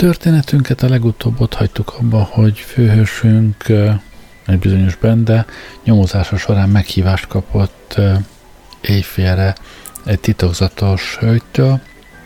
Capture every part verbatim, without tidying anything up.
történetünket a legutóbb ott hagytuk abba, hogy főhősünk, egy bizonyos Bende nyomozása során meghívást kapott éjfélre egy titokzatos hölgytől,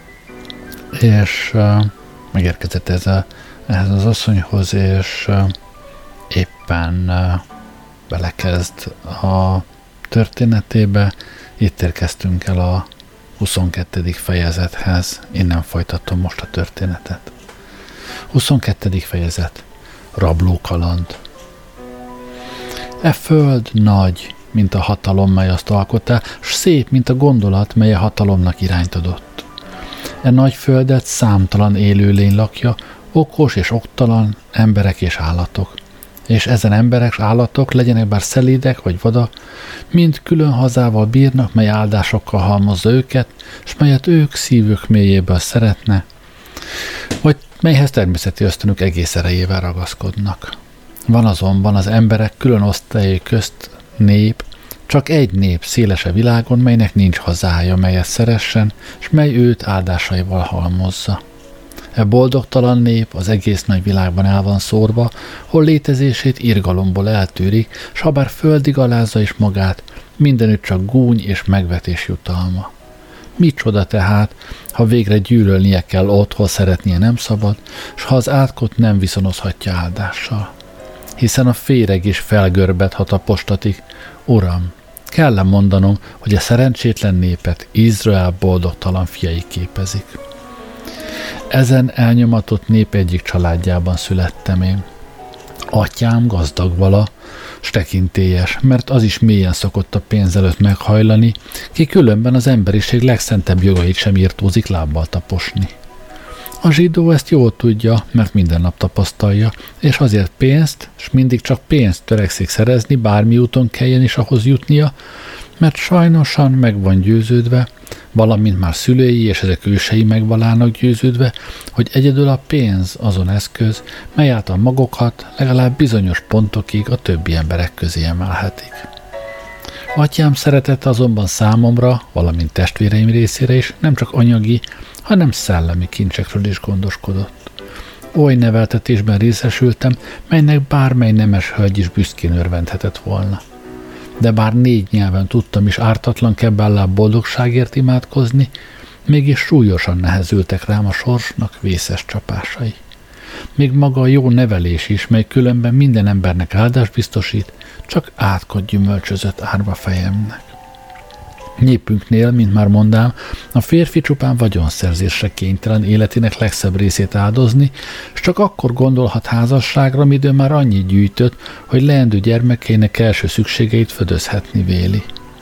és megérkezett ez a, ehhez az asszonyhoz, és éppen belekezd a történetébe. Itt érkeztünk el a huszonkettedik fejezethez, innen folytatom most a történetet. huszonkettedik fejezet. Rablókaland. E föld nagy, mint a hatalom, mely azt alkotta, s szép, mint a gondolat, mely a hatalomnak irányt adott. E nagy földet számtalan élőlény lakja, okos és oktalan emberek és állatok. És ezen emberek és állatok, legyenek bár szelédek vagy vadak, mind külön hazával bírnak, mely áldásokkal halmozza őket, s melyet ők szívük mélyéből szeretne, vagy melyhez természeti ösztönük egész erejével ragaszkodnak. Van azonban az emberek külön osztályai közt nép, csak egy nép szélese világon, melynek nincs hazája, melyet szeressen, s mely őt áldásaival halmozza. E boldogtalan nép az egész nagy világban el van szórva, hol létezését irgalomból eltűrik, s ha bár földig alázza is magát, mindenütt csak gúny és megvetés jutalma. Micsoda tehát, ha végre gyűlölnie kell ott, hol szeretnie nem szabad, s ha az átkot nem viszonozhatja áldással. Hiszen a féreg is felgörbedhat a postatig. Uram, kell mondanom, hogy a szerencsétlen népet Izrael boldogtalan fiai képezik. Ezen elnyomatott nép egyik családjában születtem én. Atyám gazdag vala, s tekintélyes, mert az is mélyen szokott a pénz előtt meghajlani, ki különben az emberiség legszentebb jogait sem írtózik lábbal taposni. A zsidó ezt jól tudja, mert minden nap tapasztalja, és azért pénzt, s mindig csak pénzt törekszik szerezni, bármi úton kelljen is ahhoz jutnia, mert sajnosan meg van győződve, valamint már szülői és ezek ősei megvalának győződve, hogy egyedül a pénz azon eszköz, mely által magukat legalább bizonyos pontokig a többi emberek közé emelhetik. Atyám szeretete azonban számomra, valamint testvéreim részére is nem csak anyagi, hanem szellemi kincsekről is gondoskodott. Oly neveltetésben részesültem, melynek bármely nemes hölgy is büszkén örvendhetett volna. De bár négy nyelven tudtam is ártatlan kebelláp boldogságért imádkozni, mégis súlyosan nehezültek rám a sorsnak vészes csapásai. Még maga a jó nevelés is, mely különben minden embernek áldást biztosít, csak átkot gyümölcsözött árva fejemnek. Népünknél, mint már mondám, a férfi csupán vagyonszerzésre kénytelen életének legszebb részét áldozni, és csak akkor gondolhat házasságra, midőn már annyit gyűjtött, hogy leendő gyermekeinek első szükségeit födözhetni véli.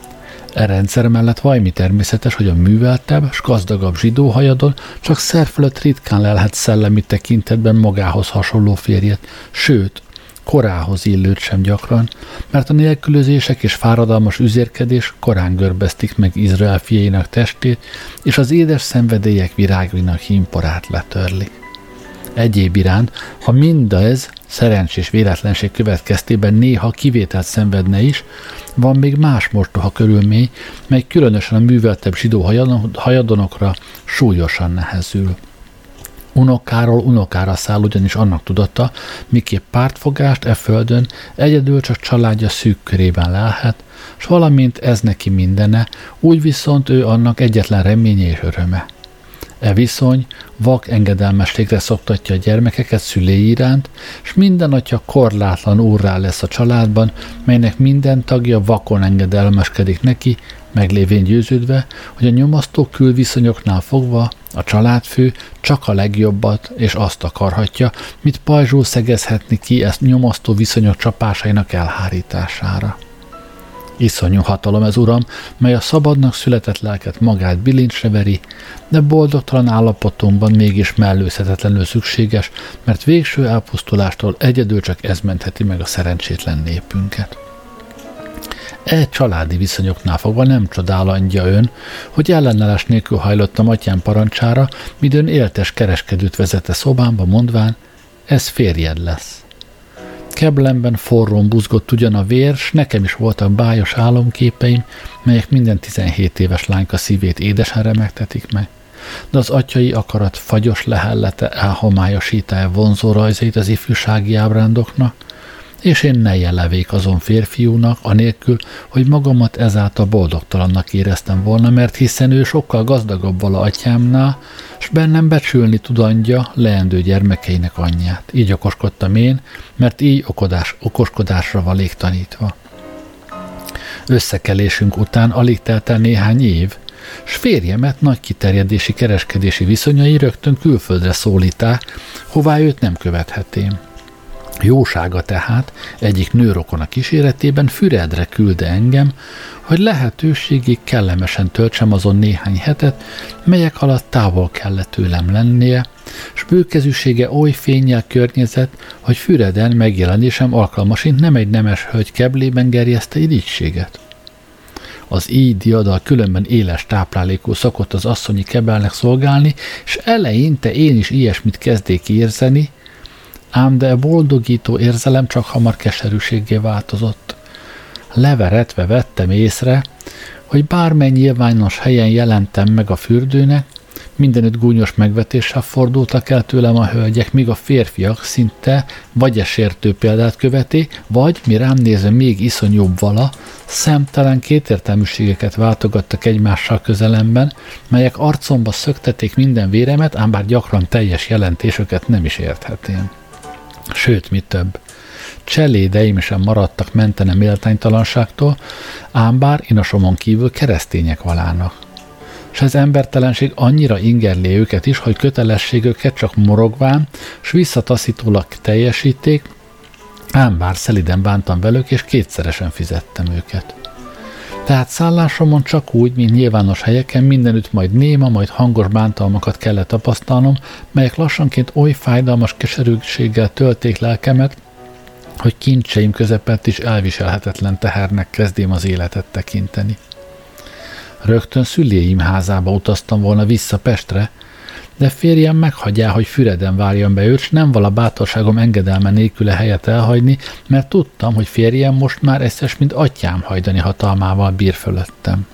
E rendszer mellett vajmi természetes, hogy a műveltebb s gazdagabb zsidó hajadon csak szerfölött ritkán lelhet szellemi tekintetben magához hasonló férjet, sőt, korához illőt sem gyakran, mert a nélkülözések és fáradalmas üzérkedés korán görbeztik meg Izrael fiainak testét, és az édes szenvedélyek virágainak hímporát letörli. Egyéb iránt, ha mindez szerencsés véletlenség következtében néha kivételt szenvedne is, van még más mostoha körülmény, mely különösen a műveltebb zsidó hajadonokra súlyosan nehezül. Unokáról unokára száll ugyanis annak tudata, miképp pártfogást e földön egyedül csak családja szűk körében lelhet, s valamint ez neki mindene, úgy viszont ő annak egyetlen reménye és öröme. E viszony vak engedelmességre szoktatja a gyermekeket szülei iránt, s minden atya korlátlan úrrá lesz a családban, melynek minden tagja vakon engedelmeskedik neki, meglévén győződve, hogy a nyomasztó külviszonyoknál fogva a családfő csak a legjobbat és azt akarhatja, mit pajzsul szegezhetni ki ezt nyomasztó viszonyok csapásainak elhárítására. Iszonyú hatalom ez, uram, mely a szabadnak született lelket magát bilincsre veri, de boldogtalan állapotunkban mégis mellőzhetetlenül szükséges, mert végső elpusztulástól egyedül csak ez mentheti meg a szerencsétlen népünket. E családi viszonyoknál fogva nem csodálandja ön, hogy ellenállás nélkül hajlottam atyám parancsára, midőn éltes kereskedőt vezette szobámba, mondván, ez férjed lesz. Keblemben forrón buzgott ugyan a vér, s nekem is voltak bájos álomképeim, melyek minden tizenhét éves lányka szívét édesen remegtetik meg. de az atyai akarat fagyos lehellete elhomályosítá vonzó rajzait az ifjúsági ábrándoknak, és én ne jellevék azon férfiúnak, anélkül, hogy magamat ezáltal boldogtalannak éreztem volna, mert hiszen ő sokkal gazdagabb vala atyámnál, s bennem becsülni tudandja leendő gyermekeinek anyját. Így okoskodtam én, mert így okodás, okoskodásra valék tanítva. Összekelésünk után alig telt el néhány év, s férjemet nagy kiterjedési kereskedési viszonyai rögtön külföldre szólíták, hová őt nem követhetém. Jósága tehát egyik nőrokona kíséretében Füredre külde engem, hogy lehetőségig kellemesen töltsem azon néhány hetet, melyek alatt távol kellett tőlem lennie, s bőkezűsége oly fénnyel környezett, hogy Füreden megjelenésem alkalmasint nem egy nemes hölgy keblében gerjeszte irigységet. Az így diadal különben éles táplálékú szokott az asszonyi kebelnek szolgálni, és eleinte én is ilyesmit kezdék érzeni, ám de a boldogító érzelem csak hamar keserűséggé változott. Leveretve vettem észre, hogy bármely nyilvános helyen jelentem meg a fürdőnek, mindenütt gúnyos megvetéssel fordultak el tőlem a hölgyek, míg a férfiak szinte vagy e sértő példát követi, vagy, mi rám nézve még iszonyúbb vala, szemtelen kétértelműségeket váltogattak egymással közelemben, melyek arcomba szöktették minden véremet, ám bár gyakran teljes jelentésüket nem is érthetém. Sőt, mi több, cselédeim sem maradtak mentene méltánytalanságtól, ám bár inosomon kívül keresztények valának. S az embertelenség annyira ingerli őket is, hogy kötelességüket csak morogván, s visszataszítólag teljesíték, ám bár szeliden bántam velük, és kétszeresen fizettem őket. Tehát szállásomon csak úgy, mint nyilvános helyeken mindenütt majd néma, majd hangos bántalmakat kellett tapasztalnom, melyek lassanként oly fájdalmas keserűséggel tölték lelkemet, hogy kincseim közepett is elviselhetetlen tehernek kezdém az életet tekinteni. Rögtön szüleim házába utaztam volna vissza Pestre, de férjem meghagyja, hogy Füreden várjam be őt, s nem vala bátorságom engedelme nélküle helyet elhagyni, mert tudtam, hogy férjem most már eszes, mint atyám hajdani hatalmával bír fölöttem.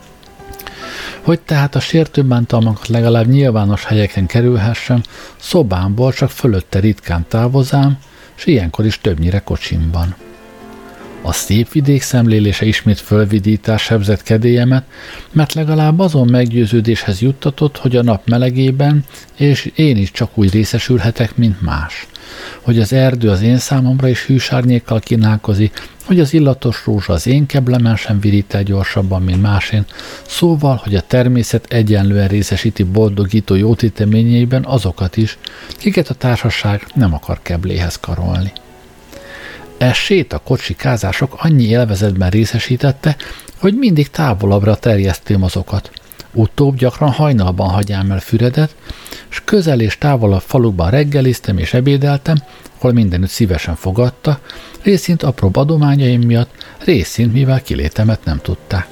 Hogy tehát a sértő bántalmakat legalább nyilvános helyeken kerülhessem, szobámból csak fölötte ritkán távozám, s ilyenkor is többnyire kocsimban. A szép vidék szemlélése ismét fölvidítás sebzett kedélyemet, mert legalább azon meggyőződéshez juttatott, hogy a nap melegében, és én is csak úgy részesülhetek, mint más. Hogy az erdő az én számomra is hűsárnyékkal kínálkozik, hogy az illatos rózsa az én keblemen sem virít el gyorsabban, mint másén, szóval, hogy a természet egyenlően részesíti boldogító jótéteményeiben azokat is, kiket a társaság nem akar kebléhez karolni. E sétakocsikázások annyi élvezetben részesítette, hogy mindig távolabbra terjesztém azokat. Utóbb gyakran hajnalban hagyám el Füredet, s közel és távolabb falukban reggeliztem és ebédeltem, hol mindenütt szívesen fogadta, részint apróbb adományaim miatt, részint mivel kilétemet nem tudták.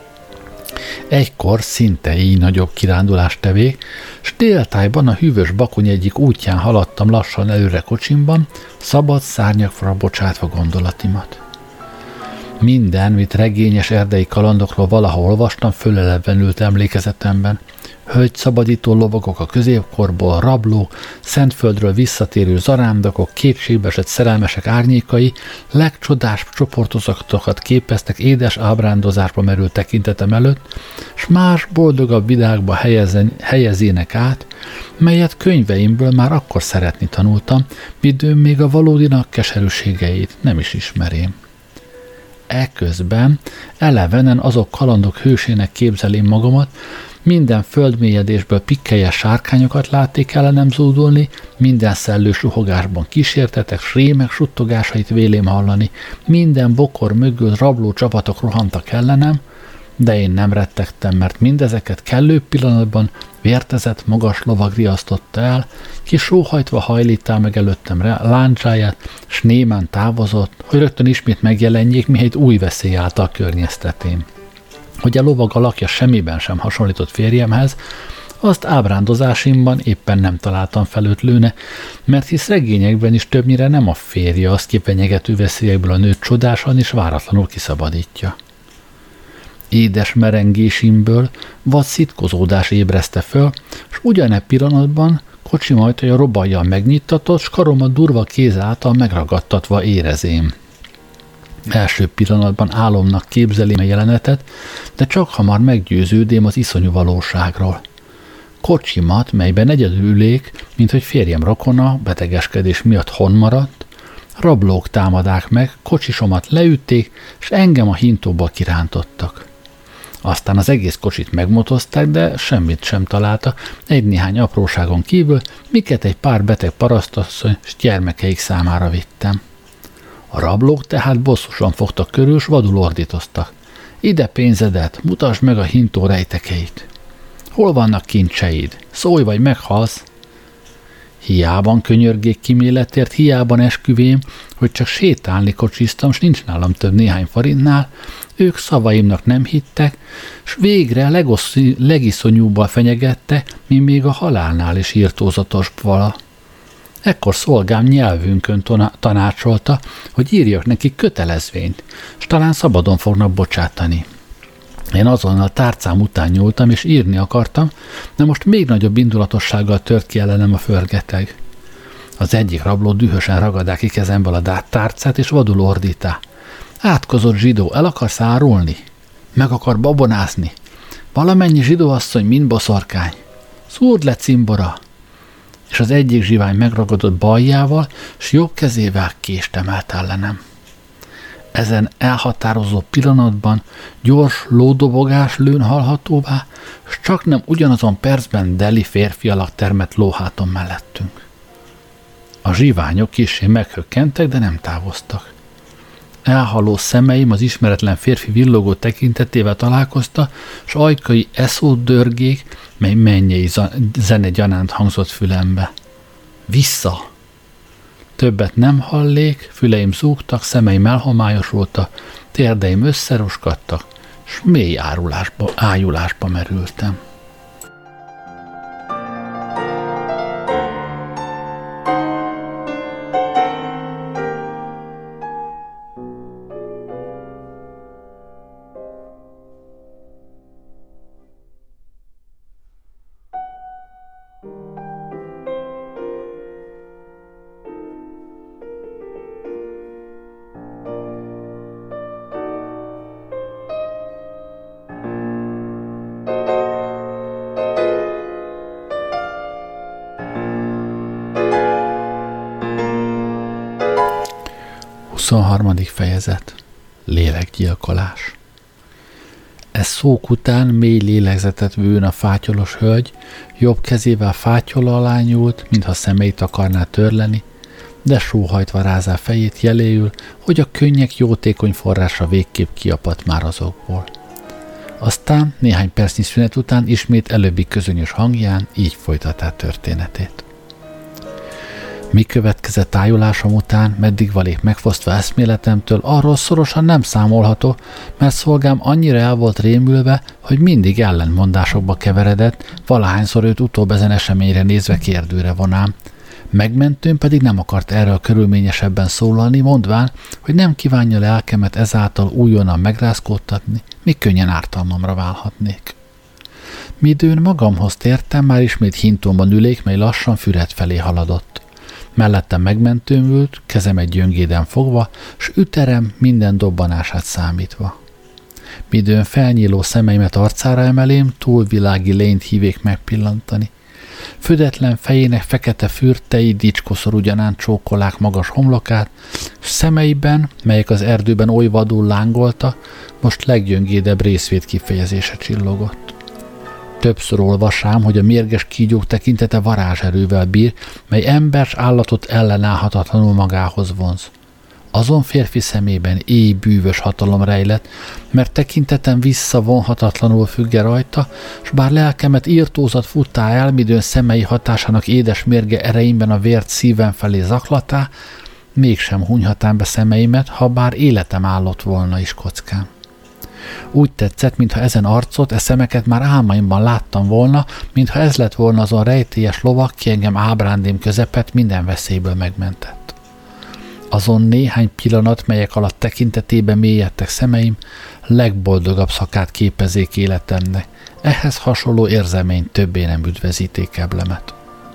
Egykor szinte így nagyobb kirándulást tevék, s déltájban a hűvös Bakony egyik útján haladtam lassan előre kocsimban, szabad szárnyakra bocsátva gondolatimat. Minden, mit regényes erdei kalandokról valaha olvastam, fölelevenült emlékezetemben. Hölgy szabadító lovagok a középkorból, rablók, Szentföldről visszatérő zarándokok, kétségbeesett szerelmesek árnyékai, legcsodás csoportozatokat képeztek édes ábrándozásba merült tekintetem előtt, s más boldogabb világba helyezen, helyezének át, melyet könyveimből már akkor szeretni tanultam, midőn még a valódinak keserűségeit nem is ismerém. Eközben elevenen azok kalandok hősének képzelém magamat, minden földmélyedésből pikkelyes sárkányokat látték ellenem zúdulni, minden szellő suhogásban kísértetek, s rémek suttogásait vélém hallani, minden bokor mögül rabló csapatok rohantak ellenem, de én nem rettegtem, mert mindezeket kellő pillanatban vértezett magas lovag riasztotta el, ki sóhajtva hajlítál meg előttem láncsáját, s némán távozott, hogy rögtön ismét megjelenjék, mihelyt új veszély által környeztetém. Hogy a lovag alakja semmiben sem hasonlított férjemhez, azt ábrándozásimban éppen nem találtam felőtlőne, mert hisz regényekben is többnyire nem a férje az ki fenyegető veszélyekből a nőt csodásan és váratlanul kiszabadítja. Édes merengésimből vad szitkozódás ébreszte föl, s ugyane pillanatban kocsim ajtaja robajjal megnyittatott, s karomat durva kéz által megragadtatva érezém. Első pillanatban álomnak képzelém a jelenetet, de csak hamar meggyőződém az iszonyú valóságról. Kocsimat, melyben egyedül ülék, mint hogy férjem rokona, betegeskedés miatt honn maradt, rablók támadák meg, kocsisomat leütték, s engem a hintóba kirántottak. Aztán az egész kocsit megmotozták, de semmit sem találtak, egy-néhány apróságon kívül, miket egy pár beteg parasztasszony s gyermekeik számára vittem. A rablók tehát bosszusan fogtak körül, s vadul ordítoztak. Ide pénzedet, mutasd meg a hintó rejtekeit. Hol vannak kincseid? Szólj, vagy meghalsz! Hiában könyörgék kiméletért, hiában esküvém, hogy csak sétálni kocsiztam, s nincs nálam több néhány forintnál, ők szavaimnak nem hittek, s végre legosz, legiszonyúbbal fenyegette, mint még a halálnál is írtózatos vala. Ekkor szolgám nyelvünkön tanácsolta, hogy írjak neki kötelezvényt, s talán szabadon fognak bocsátani. Én azonnal tárcám után nyúltam, és írni akartam, de most még nagyobb indulatossággal tört ki ellenem a förgeteg. Az egyik rabló dühösen ragadá ki kezemből a tárcát, és vadul ordítá. Átkozott zsidó, el akarsz árulni? Meg akar babonázni? Valamennyi zsidóasszony mind boszorkány. Szúrd le, cimbora! És az egyik zsivány megragadott baljával, s jobb kezével kést emelt ellenem. Ezen elhatározó pillanatban gyors lódobogás lőn hallhatóvá, s csak nem ugyanazon percben deli férfi alak termett lóháton mellettünk. A zsiványok kissé meghökkentek, de nem távoztak. Elhaló szemeim az ismeretlen férfi villogó tekintetével találkozta, s ajkai eszót dörgék, mely mennyei zene gyanánt hangzott fülembe. Vissza! Többet nem hallék, füleim zúgtak, szemeim elhomályosultak, térdeim összeroskadtak, s mély árulásba, ájulásba merültem. huszonharmadik fejezet. Lélekgyilkolás. E szók után mély lélegzetet vőn a fátyolos hölgy, jobb kezével fátyol alá nyúlt, mintha szemeit akarná törleni, de sóhajtva rázá fejét jeléül, hogy a könnyek jótékony forrása végképp kiapadt már azokból. Aztán néhány percnyi szünet után ismét előbbi közönyös hangján így folytatta történetét. Mi következett tájulásom után, meddig valék megfosztva eszméletemtől, arról szorosan nem számolható, mert szolgám annyira el volt rémülve, hogy mindig ellentmondásokba keveredett, valahányszor őt utóbb ezen eseményre nézve kérdőre vonám. Megmentőm pedig nem akart erről körülményesebben szólalni, mondván, hogy nem kívánja lelkemet ezáltal újonnan megrázkódtatni, míg könnyen ártalmamra válhatnék. Midőn magamhoz tértem, már ismét hintómban ülék, mely lassan Füred felé haladott. Mellettem megmentőm ült, kezem egy gyöngéden fogva, s üterem minden dobbanását számítva. Midőn felnyíló szemeimet arcára emelém, túlvilági lényt hívék megpillantani. Födetlen fejének fekete fürtei dicskoszor ugyanán csókolák magas homlokát, s szemeiben, melyek az erdőben oly vadul lángolta, most leggyöngédebb részvét kifejezése csillogott. Többször olvasám, hogy a mérges kígyók tekintete varázserővel bír, mely embers állatot ellenállhatatlanul magához vonz. Azon férfi szemében éj bűvös hatalom rejlett, mert tekintetem visszavonhatatlanul függe rajta, s bár lelkemet írtózat futtá el, midőn szemei hatásának édes mérge ereimben a vért szívem felé zaklatá, mégsem hunyhatám be szemeimet, ha bár életem állott volna is kockán. Úgy tetszett, mintha ezen arcot, e szemeket már álmaimban láttam volna, mintha ez lett volna azon rejtélyes lovak, ki engem ábrándém közepet minden veszélyből megmentett. A Azon néhány pillanat, melyek alatt tekintetében mélyedtek szemeim, legboldogabb szakát képezék életemnek. Ehhez hasonló érzelmény többé nem üdvözíték keblemet.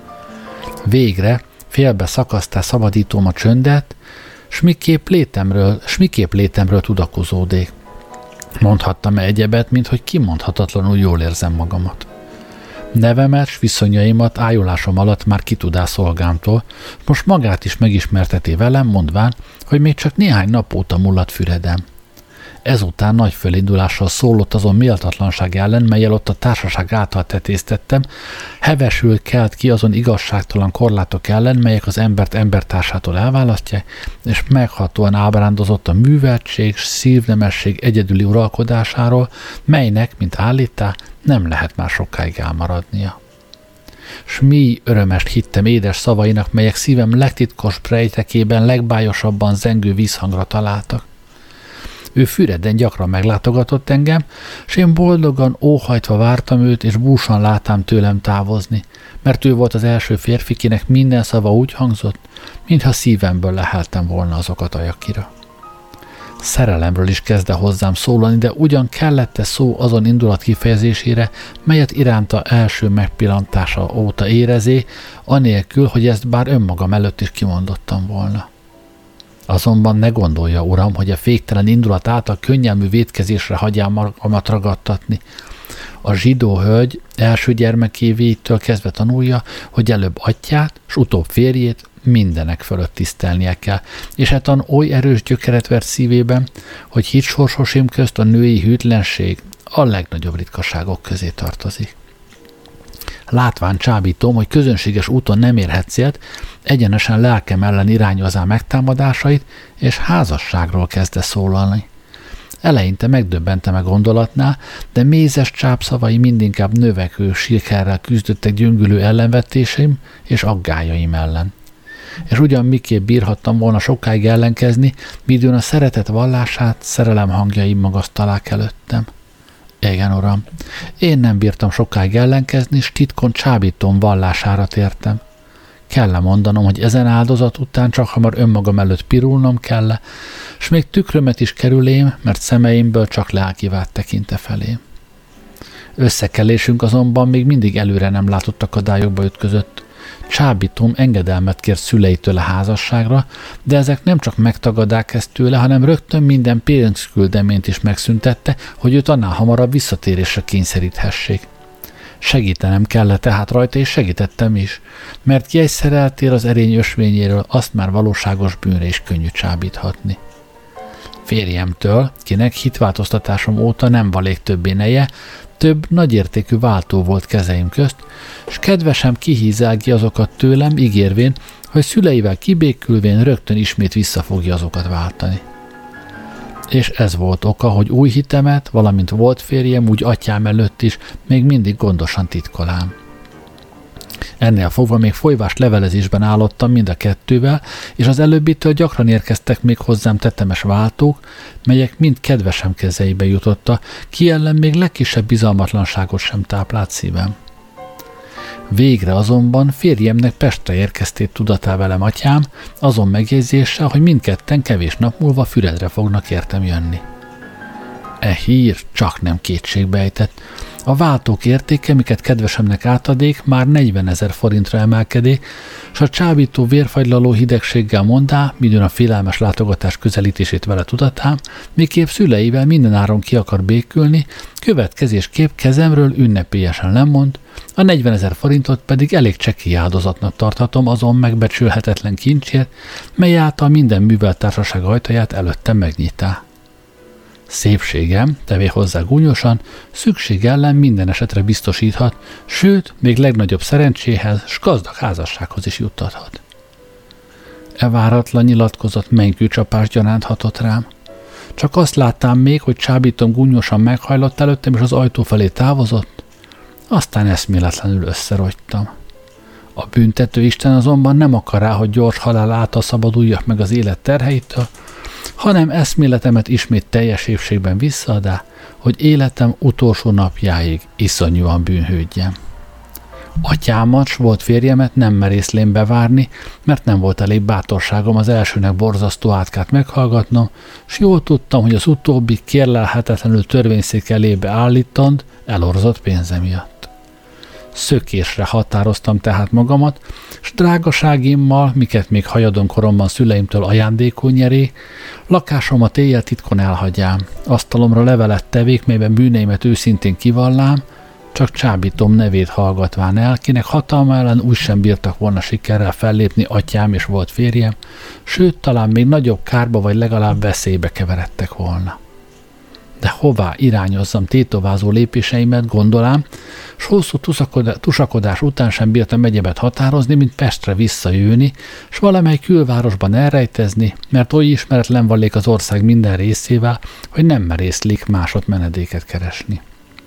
Végre félbe szakasztál szabadítóm a csöndet, s miképp létemről, s miképp létemről tudakozódék. Mondhattam egyebet, mint hogy kimondhatatlanul jól érzem magamat. Nevemet s viszonyaimat ájulásom alatt már kitudál szolgámtól, most magát is megismerteti velem, mondván, hogy még csak néhány nap óta mulladt füredem. Ezután nagy fölindulással szólott azon méltatlanság ellen, melyel ott a társaság által tetéztettem, hevesül kelt ki azon igazságtalan korlátok ellen, melyek az embert embertársától elválasztják, és meghatóan ábrándozott a műveltség, szívnemesség egyedüli uralkodásáról, melynek, mint állítá, nem lehet már sokáig elmaradnia. S mi örömest hittem édes szavainak, melyek szívem legtitkos rejtekében legbájosabban zengő vízhangra találtak. Ő Füreden gyakran meglátogatott engem, s én boldogan óhajtva vártam őt, és búsan látám tőlem távozni, mert ő volt az első férfi, kinek minden szava úgy hangzott, mintha szívemből leheltem volna azokat ajakira. Szerelemről is kezdte hozzám szólani, de ugyan kellett-e szó azon indulat kifejezésére, melyet iránta első megpillantása óta érezé, anélkül, hogy ezt bár önmagam előtt is kimondottam volna. Azonban ne gondolja, uram, hogy a féktelen indulat által könnyelmű vétkezésre hagyjál magamat ragadtatni. A zsidó hölgy első gyermekévétől kezdve tanulja, hogy előbb atyját, s utóbb férjét mindenek fölött tisztelnie kell, és etan oly erős gyökeret vert szívében, hogy hitsorsosim közt a női hűtlenség a legnagyobb ritkaságok közé tartozik. Látván csábítom, hogy közönséges úton nem érhet célt, egyenesen lelkem ellen irányozá megtámadásait, és házasságról kezdte szólalni. Eleinte megdöbbentem a gondolatnál, de mézes csápszavai mindinkább növekvő sikerrel küzdöttek gyöngülő ellenvetéseim és aggájaim ellen. És ugyan miképp bírhattam volna sokáig ellenkezni, midőn a szeretet vallását szerelem hangjai magasztalák előttem. Igen, uram, én nem bírtam sokáig ellenkezni, s titkon csábítom vallására tértem. Kell-e mondanom, hogy ezen áldozat után csak hamar önmagam előtt pirulnom kell-e, s még tükrömet is kerülém, mert szemeimből csak lelkivát tekinte felém. Összekelésünk azonban még mindig előre nem látott akadályokba ütközött. Csábítom engedelmet kért szüleitől a házasságra, de ezek nem csak megtagadák ezt tőle, hanem rögtön minden pénzküldeményt is megszüntette, hogy őt annál hamarabb visszatérésre kényszeríthessék. Segítenem kellett tehát rajta, és segítettem is, mert ki egyszer eltér az erény ösvényéről, azt már valóságos bűnre is könnyű csábíthatni. Férjemtől, kinek hitváltoztatásom óta nem valék többé neje, több nagyértékű váltó volt kezeim közt, s kedvesem kihízelgi azokat tőlem, ígérvén, hogy szüleivel kibékülvén rögtön ismét vissza fogja azokat váltani. És ez volt oka, hogy új hitemet, valamint volt férjem, úgy atyám előtt is még mindig gondosan titkolám. Ennél fogva még folyvás levelezésben állottam mind a kettővel, és az előbbitől gyakran érkeztek még hozzám tetemes váltók, melyek mind kedvesem kezeibe jutotta, ki ellen még legkisebb bizalmatlanságot sem táplált szívem. Végre azonban férjemnek Pestre érkeztét tudatá velem atyám, azon megjegyzéssel, hogy mindketten kevés nap múlva Füredre fognak értem jönni. E hír csak nem kétségbe ejtett. A váltók értéke, miket kedvesemnek átadék, már negyvenezer forintra emelkedék, s a csábító vérfagylaló hidegséggel mondá, midőn a félelmes látogatás közelítését vele tudatám, miképp szüleivel mindenáron ki akar békülni, következésképp kezemről ünnepélyesen lemond, a negyvenezer forintot pedig elég csekély áldozatnak tarthatom azon megbecsülhetetlen kincsért, mely által minden műveltársaság ajtaját előttem megnyitá. Szépségem, tevé hozzá gúnyosan, szükség ellen minden esetre biztosíthat, sőt, még legnagyobb szerencséhez, s gazdag házassághoz is juttathat. E váratlan nyilatkozat menykű csapás gyanánt hatott rám. Csak azt láttam még, hogy csábítom gúnyosan meghajlott előttem, és az ajtó felé távozott, aztán eszméletlenül összerogytam. A büntető Isten azonban nem akar rá, hogy gyors halál által szabaduljak meg az élet terheitől, hanem eszméletemet ismét teljes épségben visszaadá, hogy életem utolsó napjáig iszonyúan bűnhődjem. Atyámat, s volt férjemet nem merészlém bevárni, mert nem volt elég bátorságom az elsőnek borzasztó átkát meghallgatnom, s jól tudtam, hogy az utóbbi kérlelhetetlenül törvényszék elébe állítand elorzott pénze miatt. Szökésre határoztam tehát magamat, s drágaságimmal, miket még hajadon koromban szüleimtől ajándékul nyeré, lakásomat éjjel titkon elhagyám, asztalomra levelet tevék, melyben bűneimet őszintén kivallám, csak csábítom nevét hallgatván el, kinek hatalma ellen úgy sem bírtak volna sikerrel fellépni atyám és volt férjem, sőt, talán még nagyobb kárba vagy legalább veszélybe keveredtek volna. De hová irányozzam tétovázó lépéseimet, gondolám, s hosszú tusakodás után sem bírtam egyebet határozni, mint Pestre visszajönni, s valamely külvárosban elrejtezni, mert oly ismeretlen vallék az ország minden részével, hogy nem merészlik másod menedéket keresni.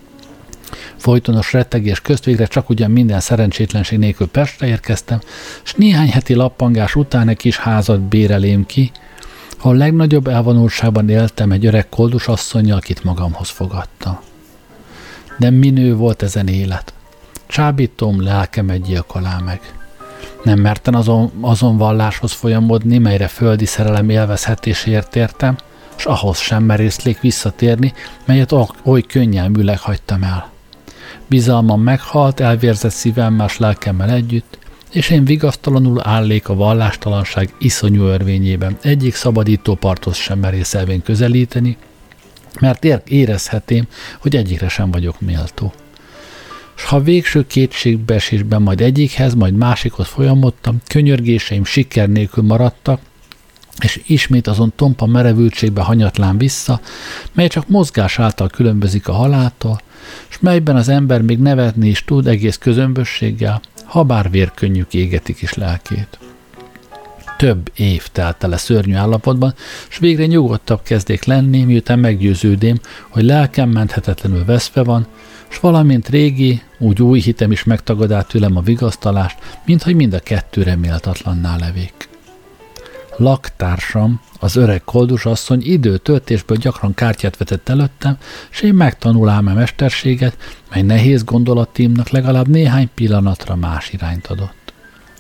Folytonos rettegés közt végre csak ugyan minden szerencsétlenség nélkül Pestre érkeztem, s néhány heti lappangás után egy kis házat bérelém ki, ahol legnagyobb elvonultságban éltem egy öreg koldus asszonnyal, akit magamhoz fogadtam. De minő volt ezen élet. Csábítom, lelkemet gyilkolá meg. Nem merten azon, azon valláshoz folyamodni, melyre földi szerelem élvezhetéséért értem, s ahhoz sem merészlék visszatérni, melyet oly könnyelműleg hagytam el. Bizalmam meghalt, elvérzett szívemmel s lelkemmel együtt, és én vigasztalanul állék a vallástalanság iszonyú örvényében, egyik szabadító parthoz sem merészelvén közelíteni, mert érezhetém, hogy egyikre sem vagyok méltó. S ha végső kétségbeesésben majd egyikhez, majd másikhoz folyamodtam, könyörgéseim siker nélkül maradtak, és ismét azon tompa merevültségbe hanyatlán vissza, mely csak mozgás által különbözik a haláltól, s melyben az ember még nevetni is tud egész közömbösséggel, ha bár vérkönnyük égetik is lelkét. Több év telt el a szörnyű állapotban, s végre nyugodtabb kezdék lenni, miután meggyőződém, hogy lelkem menthetetlenül veszve van, s valamint régi, úgy új hitem is megtagad át tőlem a vigasztalást, minthogy mind a kettő reméltatlanná levék. Laktársam, az öreg koldus asszony időtöltésből gyakran kártyát vetett előttem, s én megtanulám a mesterséget, mely nehéz gondolatímnak legalább néhány pillanatra más irányt adott.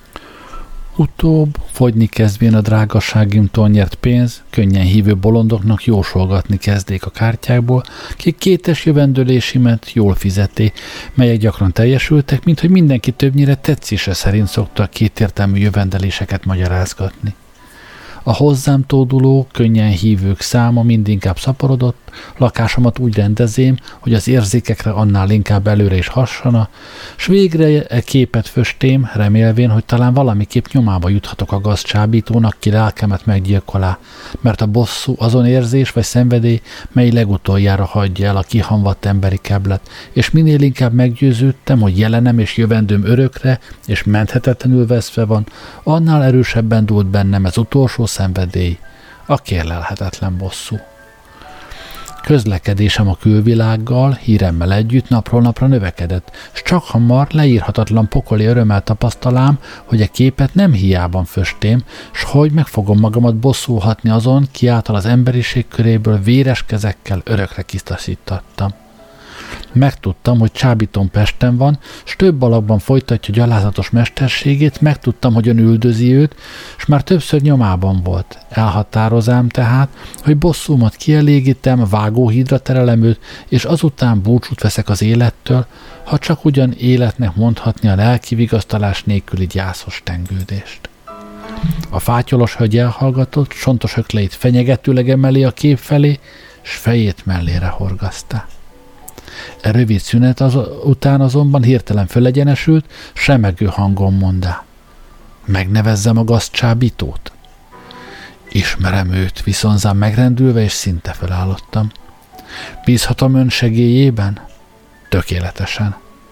Utóbb, fogyni kezdvén a drágasságimtól nyert pénz, könnyen hívő bolondoknak jósolgatni kezdék a kártyákból, kik kétes jövendőlésimet jól fizeti, melyek gyakran teljesültek, mint hogy mindenki többnyire tetszése szerint szokta a kétértelmű jövendeléseket magyarázgatni. A hozzám tóduló, könnyen hívők száma mindinkább szaporodott, lakásomat úgy rendezém, hogy az érzékekre annál inkább előre is hassana, s végre e képet föstém, remélvén, hogy talán valamiképp nyomába juthatok a gazcsábítónak, ki lelkemet meggyilkolá, mert a bosszú azon érzés vagy szenvedély, mely legutoljára hagyja el a kihamvadt emberi keblet, és minél inkább meggyőződtem, hogy jelenem és jövendőm örökre és menthetetlenül veszve van, annál erősebben dúlt bennem ez utolsó szenvedély, a kérlelhetetlen bosszú. Közlekedésem a külvilággal, híremmel együtt napról napra növekedett, s csak hamar leírhatatlan pokoli örömmel tapasztalám, hogy a képet nem hiában föstém, s hogy meg fogom magamat bosszulhatni azon, ki által az emberiség köréből véres kezekkel örökre kitaszítattam. Megtudtam, hogy csábítom Pesten van, s több alakban folytatja gyalázatos mesterségét, megtudtam, hogy ön üldözi őt, s már többször nyomában volt. Elhatározám tehát, hogy bosszúmat kielégítem, vágóhídra terelem őt, és azután búcsút veszek az élettől, ha csak ugyan életnek mondhatni a lelki vigasztalás nélküli gyászos tengődést. A fátyolos hölgy elhallgatott, sontos ökleit fenyegetőleg emeli a kép felé, s fejét mellére horgasztá. E rövid szünet az, után azonban hirtelen fölegyenesült, semegő hangon mondá. Megnevezzem a gazcsábítót? Ismerem őt, viszonzám megrendülve, és szinte felállottam. Bízhatom ön segélyében? Tökéletesen.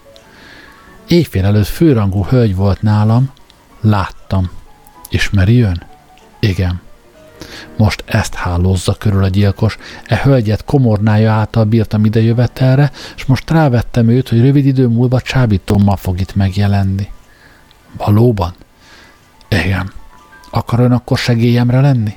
Éjfél előtt főrangú hölgy volt nálam, láttam. Ismeri ön? Igen. Most ezt hálózza körül a gyilkos, e hölgyet komornája által bírtam idejövetelre, és most rávettem őt, hogy rövid idő múlva csábítómmal fog itt megjelenni. Valóban? Igen. Akar ön akkor segélyemre lenni?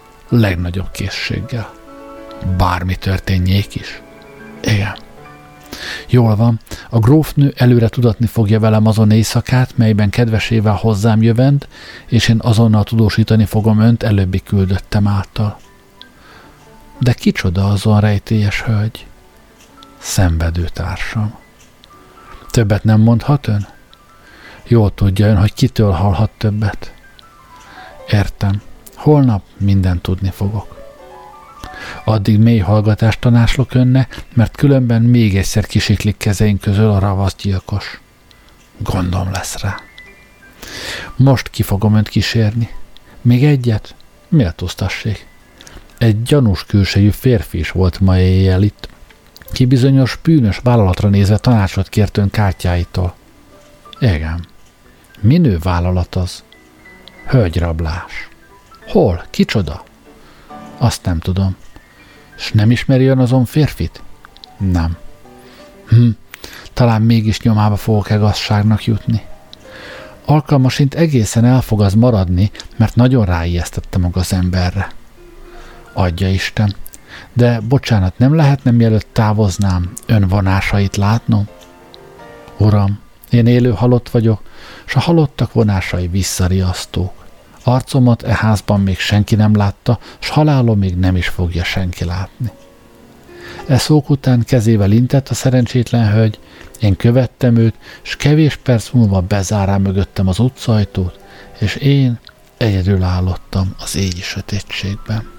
Legnagyobb készséggel. Bármi történjék is? Igen. Jól van, a grófnő előre tudatni fogja velem azon éjszakát, melyben kedvesével hozzám jövend, és én azonnal tudósítani fogom önt előbbi küldöttem által. De kicsoda azon rejtélyes hölgy? Szenvedő társam. Többet nem mondhat ön? Jól tudja ön, hogy kitől hallhat többet. Értem. Holnap mindent tudni fogok. Addig mély hallgatást tanácslok önne, mert különben még egyszer kisiklik kezeink közül a ravaszgyilkos. Gondom lesz rá. Most ki fogom önt kísérni. Még egyet? Méltóztassék. Egy gyanús külsejű férfi is volt ma éjjel itt, ki bizonyos bűnös vállalatra nézve tanácsot kért ön kártyáitól. Igen. Minő vállalat az? Hölgyrablás. Hol? Kicsoda? Azt nem tudom. S nem ismeri ön azon férfit? Nem. Hm, talán mégis nyomába fogok egazságnak jutni. Alkalmasint egészen el fog az maradni, mert nagyon ráijesztette maga az emberre. Adja Isten. De bocsánat, nem lehetne, mielőtt távoznám, ön vonásait látnom? Uram, én élő halott vagyok, s a halottak vonásai visszariasztók. Arcomat e házban még senki nem látta, s halálom még nem is fogja senki látni. E szók után kezével intett a szerencsétlen hölgy, én követtem őt, s kevés perc múlva bezárá mögöttem az utcajtót, és én egyedül állottam az égi sötétségben.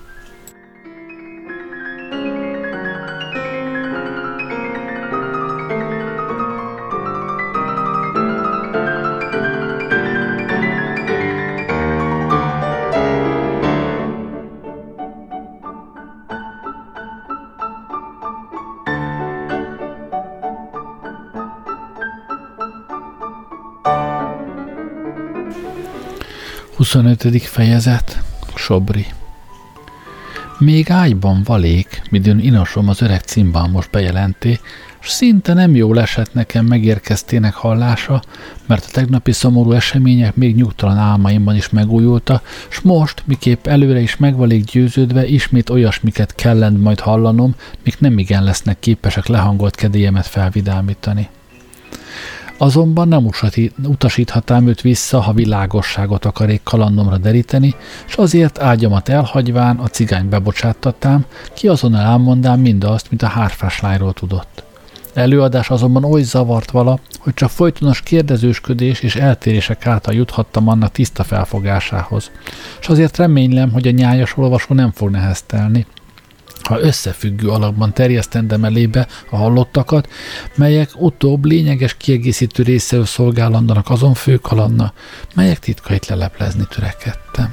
huszonötödik fejezet. Sobri. Még ágyban valék, midőn inosom az öreg cimbálmos bejelenti, s szinte nem jól esett nekem megérkeztének hallása, mert a tegnapi szomorú események még nyugtalan álmaimban is megújulta, s most, miképp előre is megvalék győződve, ismét olyasmiket kellend majd hallanom, mik nem igen lesznek képesek lehangolt kedélyemet felvidámítani. Azonban nem utasíthatám őt vissza, ha világosságot akarék kalandomra deríteni, s azért ágyamat elhagyván a cigány bebocsáttatám, ki azonnal elmondám mindazt, mint a hárfáslányról tudott. Előadás azonban oly zavart vala, hogy csak folytonos kérdezősködés és eltérések által juthattam annak tiszta felfogásához, s azért reménylem, hogy a nyájas olvasó nem fog neheztelni, ha összefüggő alakban terjesztendem elébe a hallottakat, melyek utóbb lényeges kiegészítő részeül szolgálandanak azon főkalanna, melyek titkait leleplezni törekedtem.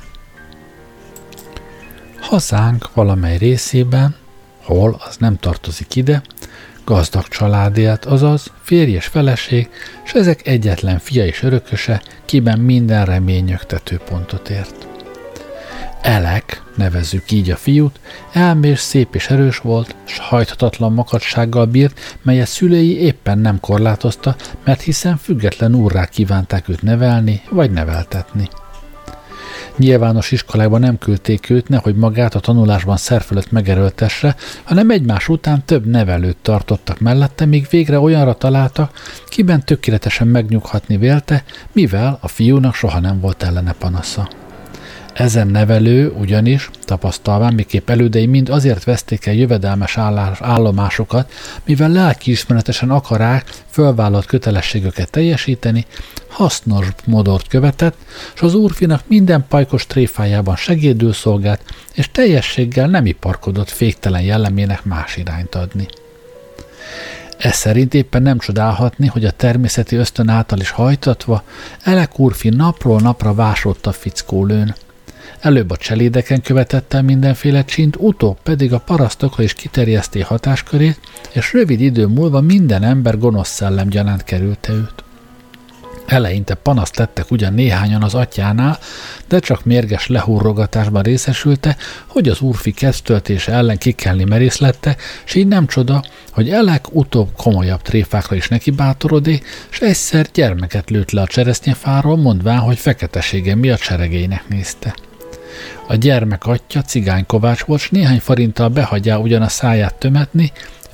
Hazánk valamely részében, hol az nem tartozik ide, gazdag család élt, azaz férj és feleség, s ezek egyetlen fia és örököse, kiben minden remény nyögtető pontot ért. Elek, nevezzük így a fiút, elmés, szép és erős volt, s hajthatatlan makacsággal bírt, melyet szülei éppen nem korlátozta, mert hiszen független úrrá kívánták őt nevelni vagy neveltetni. Nyilvános iskolákban nem küldték őt, nehogy magát a tanulásban szerfölött megerőltesse, hanem egymás után több nevelőt tartottak mellette, míg végre olyanra találtak, kiben tökéletesen megnyughatni vélte, mivel a fiúnak soha nem volt ellene panasza. Ezen nevelő ugyanis, tapasztalván, miképp elődei mind azért veszték el jövedelmes állomásokat, mivel lelkiismeretesen akarák fölvállalt kötelességüket teljesíteni, hasznos modort követett, s az úrfinak minden pajkos tréfájában segédül szolgált, és teljességgel nem iparkodott féktelen jellemének más irányt adni. Ez szerint éppen nem csodálhatni, hogy a természeti ösztön által is hajtatva, Elek úrfi napról napra vásott a fickó lőn. Előbb a cselédeken követett el mindenféle csint, utóbb pedig a parasztokra is kiterjeszté hatáskörét, és rövid idő múlva minden ember gonosz szellem gyanánt kerülte őt. Eleinte panaszt tettek ugyan néhányan az atyánál, de csak mérges lehurrogatásban részesülte, hogy az úrfi kezdtöltése ellen kikelni merészlette, s így nem csoda, hogy Elek utóbb komolyabb tréfákra is neki bátorodé, s egyszer gyermeket lőtt le a cseresznyefáról, mondván, hogy feketesége miatt seregélynek nézte. A gyermek atya cigány Kovács volt, s néhány forinttal behagyá ugyan a száját tömetni,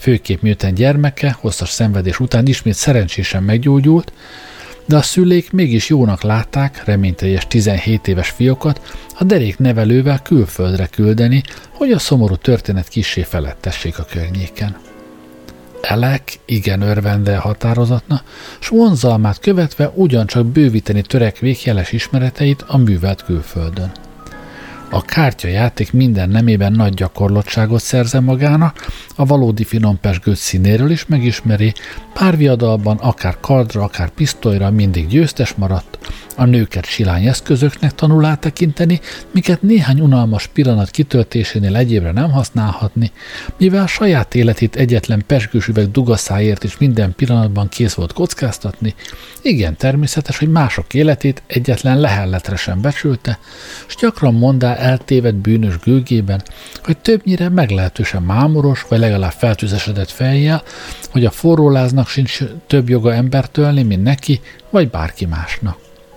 főképp miután gyermeke hosszas szenvedés után ismét szerencsésen meggyógyult, de a szüleik mégis jónak látták reményteljes tizenhét éves fiókat a derék nevelővel külföldre küldeni, hogy a szomorú történet kissé felettessék a környéken. Elek igen örvende határozatna, s vonzalmát követve ugyancsak bővíteni törekvék jeles ismereteit a művelt külföldön. A kártyajáték minden nemében nagy gyakorlottságot szerze magának, a valódi finom pezsgőt színéről is megismeri, pár viadalban akár kardra, akár pisztolyra mindig győztes maradt, a nőket silány eszközöknek tanul áttekinteni, miket néhány unalmas pillanat kitöltésénél egyébre nem használhatni, mivel saját életét egyetlen pezsgős üveg dugaszáért is minden pillanatban kész volt kockáztatni, igen természetes, hogy mások életét egyetlen lehelletre sem becsülte, s gyakran mondá eltévedt bűnös gőgében, hogy többnyire meglehetősen mámoros, vagy legalább feltüzesedett fejjel, hogy a forróláznak sincs több joga embert ölni, mint neki, vagy bárki másnak.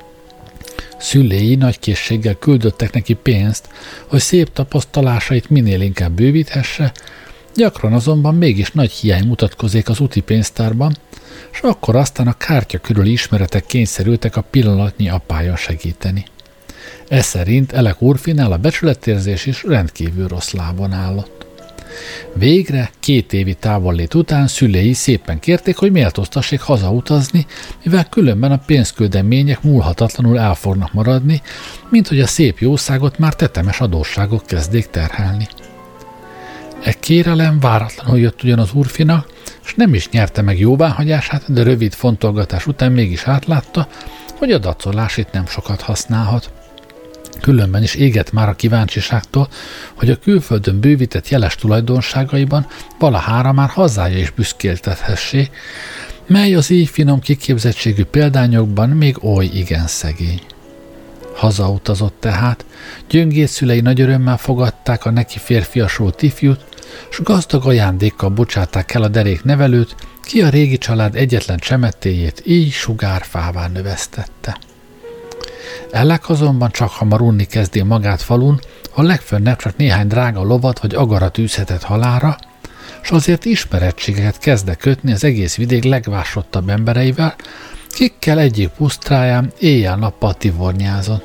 Szüléi nagy készséggel küldöttek neki pénzt, hogy szép tapasztalásait minél inkább bővíthesse, gyakran azonban mégis nagy hiány mutatkozik az úti pénztárban, és akkor aztán a kártya körüli ismeretek kényszerültek a pillanatnyi apája segíteni. Ez szerint Elek úrfinál a becsületérzés is rendkívül rossz lábon állott. Végre, két évi távollét után szülei szépen kérték, hogy méltóztassék hazautazni, mivel különben a pénzküldemények múlhatatlanul el fognak maradni, mint hogy a szép jószágot már tetemes adósságok kezdték terhelni. E kérelem váratlanul jött ugyan az úrfina, és nem is nyerte meg jóváhagyását, de rövid fontolgatás után mégis átlátta, hogy a dacolás itt nem sokat használhat. Különben is égett már a kíváncsiságtól, hogy a külföldön bővített jeles tulajdonságaiban valahára már hazája is büszkéltethessé, mely az így finom kiképzettségű példányokban még oly igen szegény. Hazautazott tehát, gyöngéd szülei nagy örömmel fogadták a neki férfiasult ifjút, s gazdag ajándékkal bocsátták el a derék nevelőt, ki a régi család egyetlen csemettéjét így sugárfává növesztette. Elek azonban csak hamar unni kezdi magát falun, a legfönnebb csak néhány drága lovat vagy agarat űzhetett halálra, s azért ismerettségeket kezde kötni az egész vidék legvásottabb embereivel, kikkel egyik pusztráján éjjel-nappal tivornyázon.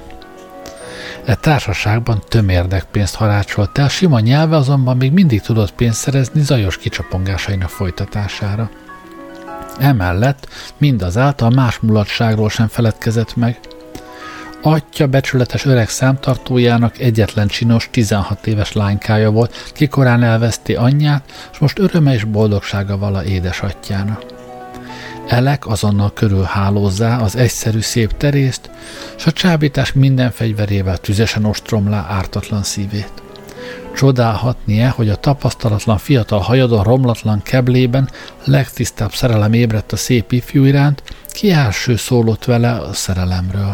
E társaságban tömérdek pénzt harácsolt el, sima nyelve azonban még mindig tudott pénzt szerezni zajos kicsapongásainak folytatására. Emellett mindazáltal más mulatságról sem feledkezett meg. Atya becsületes öreg számtartójának egyetlen csinos, tizenhat éves lánykája volt, ki korán elveszti anyját, és most öröme és boldogsága vala édesatyjának. Elek azonnal körülhálózzá az egyszerű szép terészt, s a csábítás minden fegyverével tüzesen ostromlá ártatlan szívét. Csodálhatnie, hogy a tapasztalatlan fiatal hajadon romlatlan keblében legtisztább szerelem ébredt a szép ifjú iránt, ki első szólott vele a szerelemről.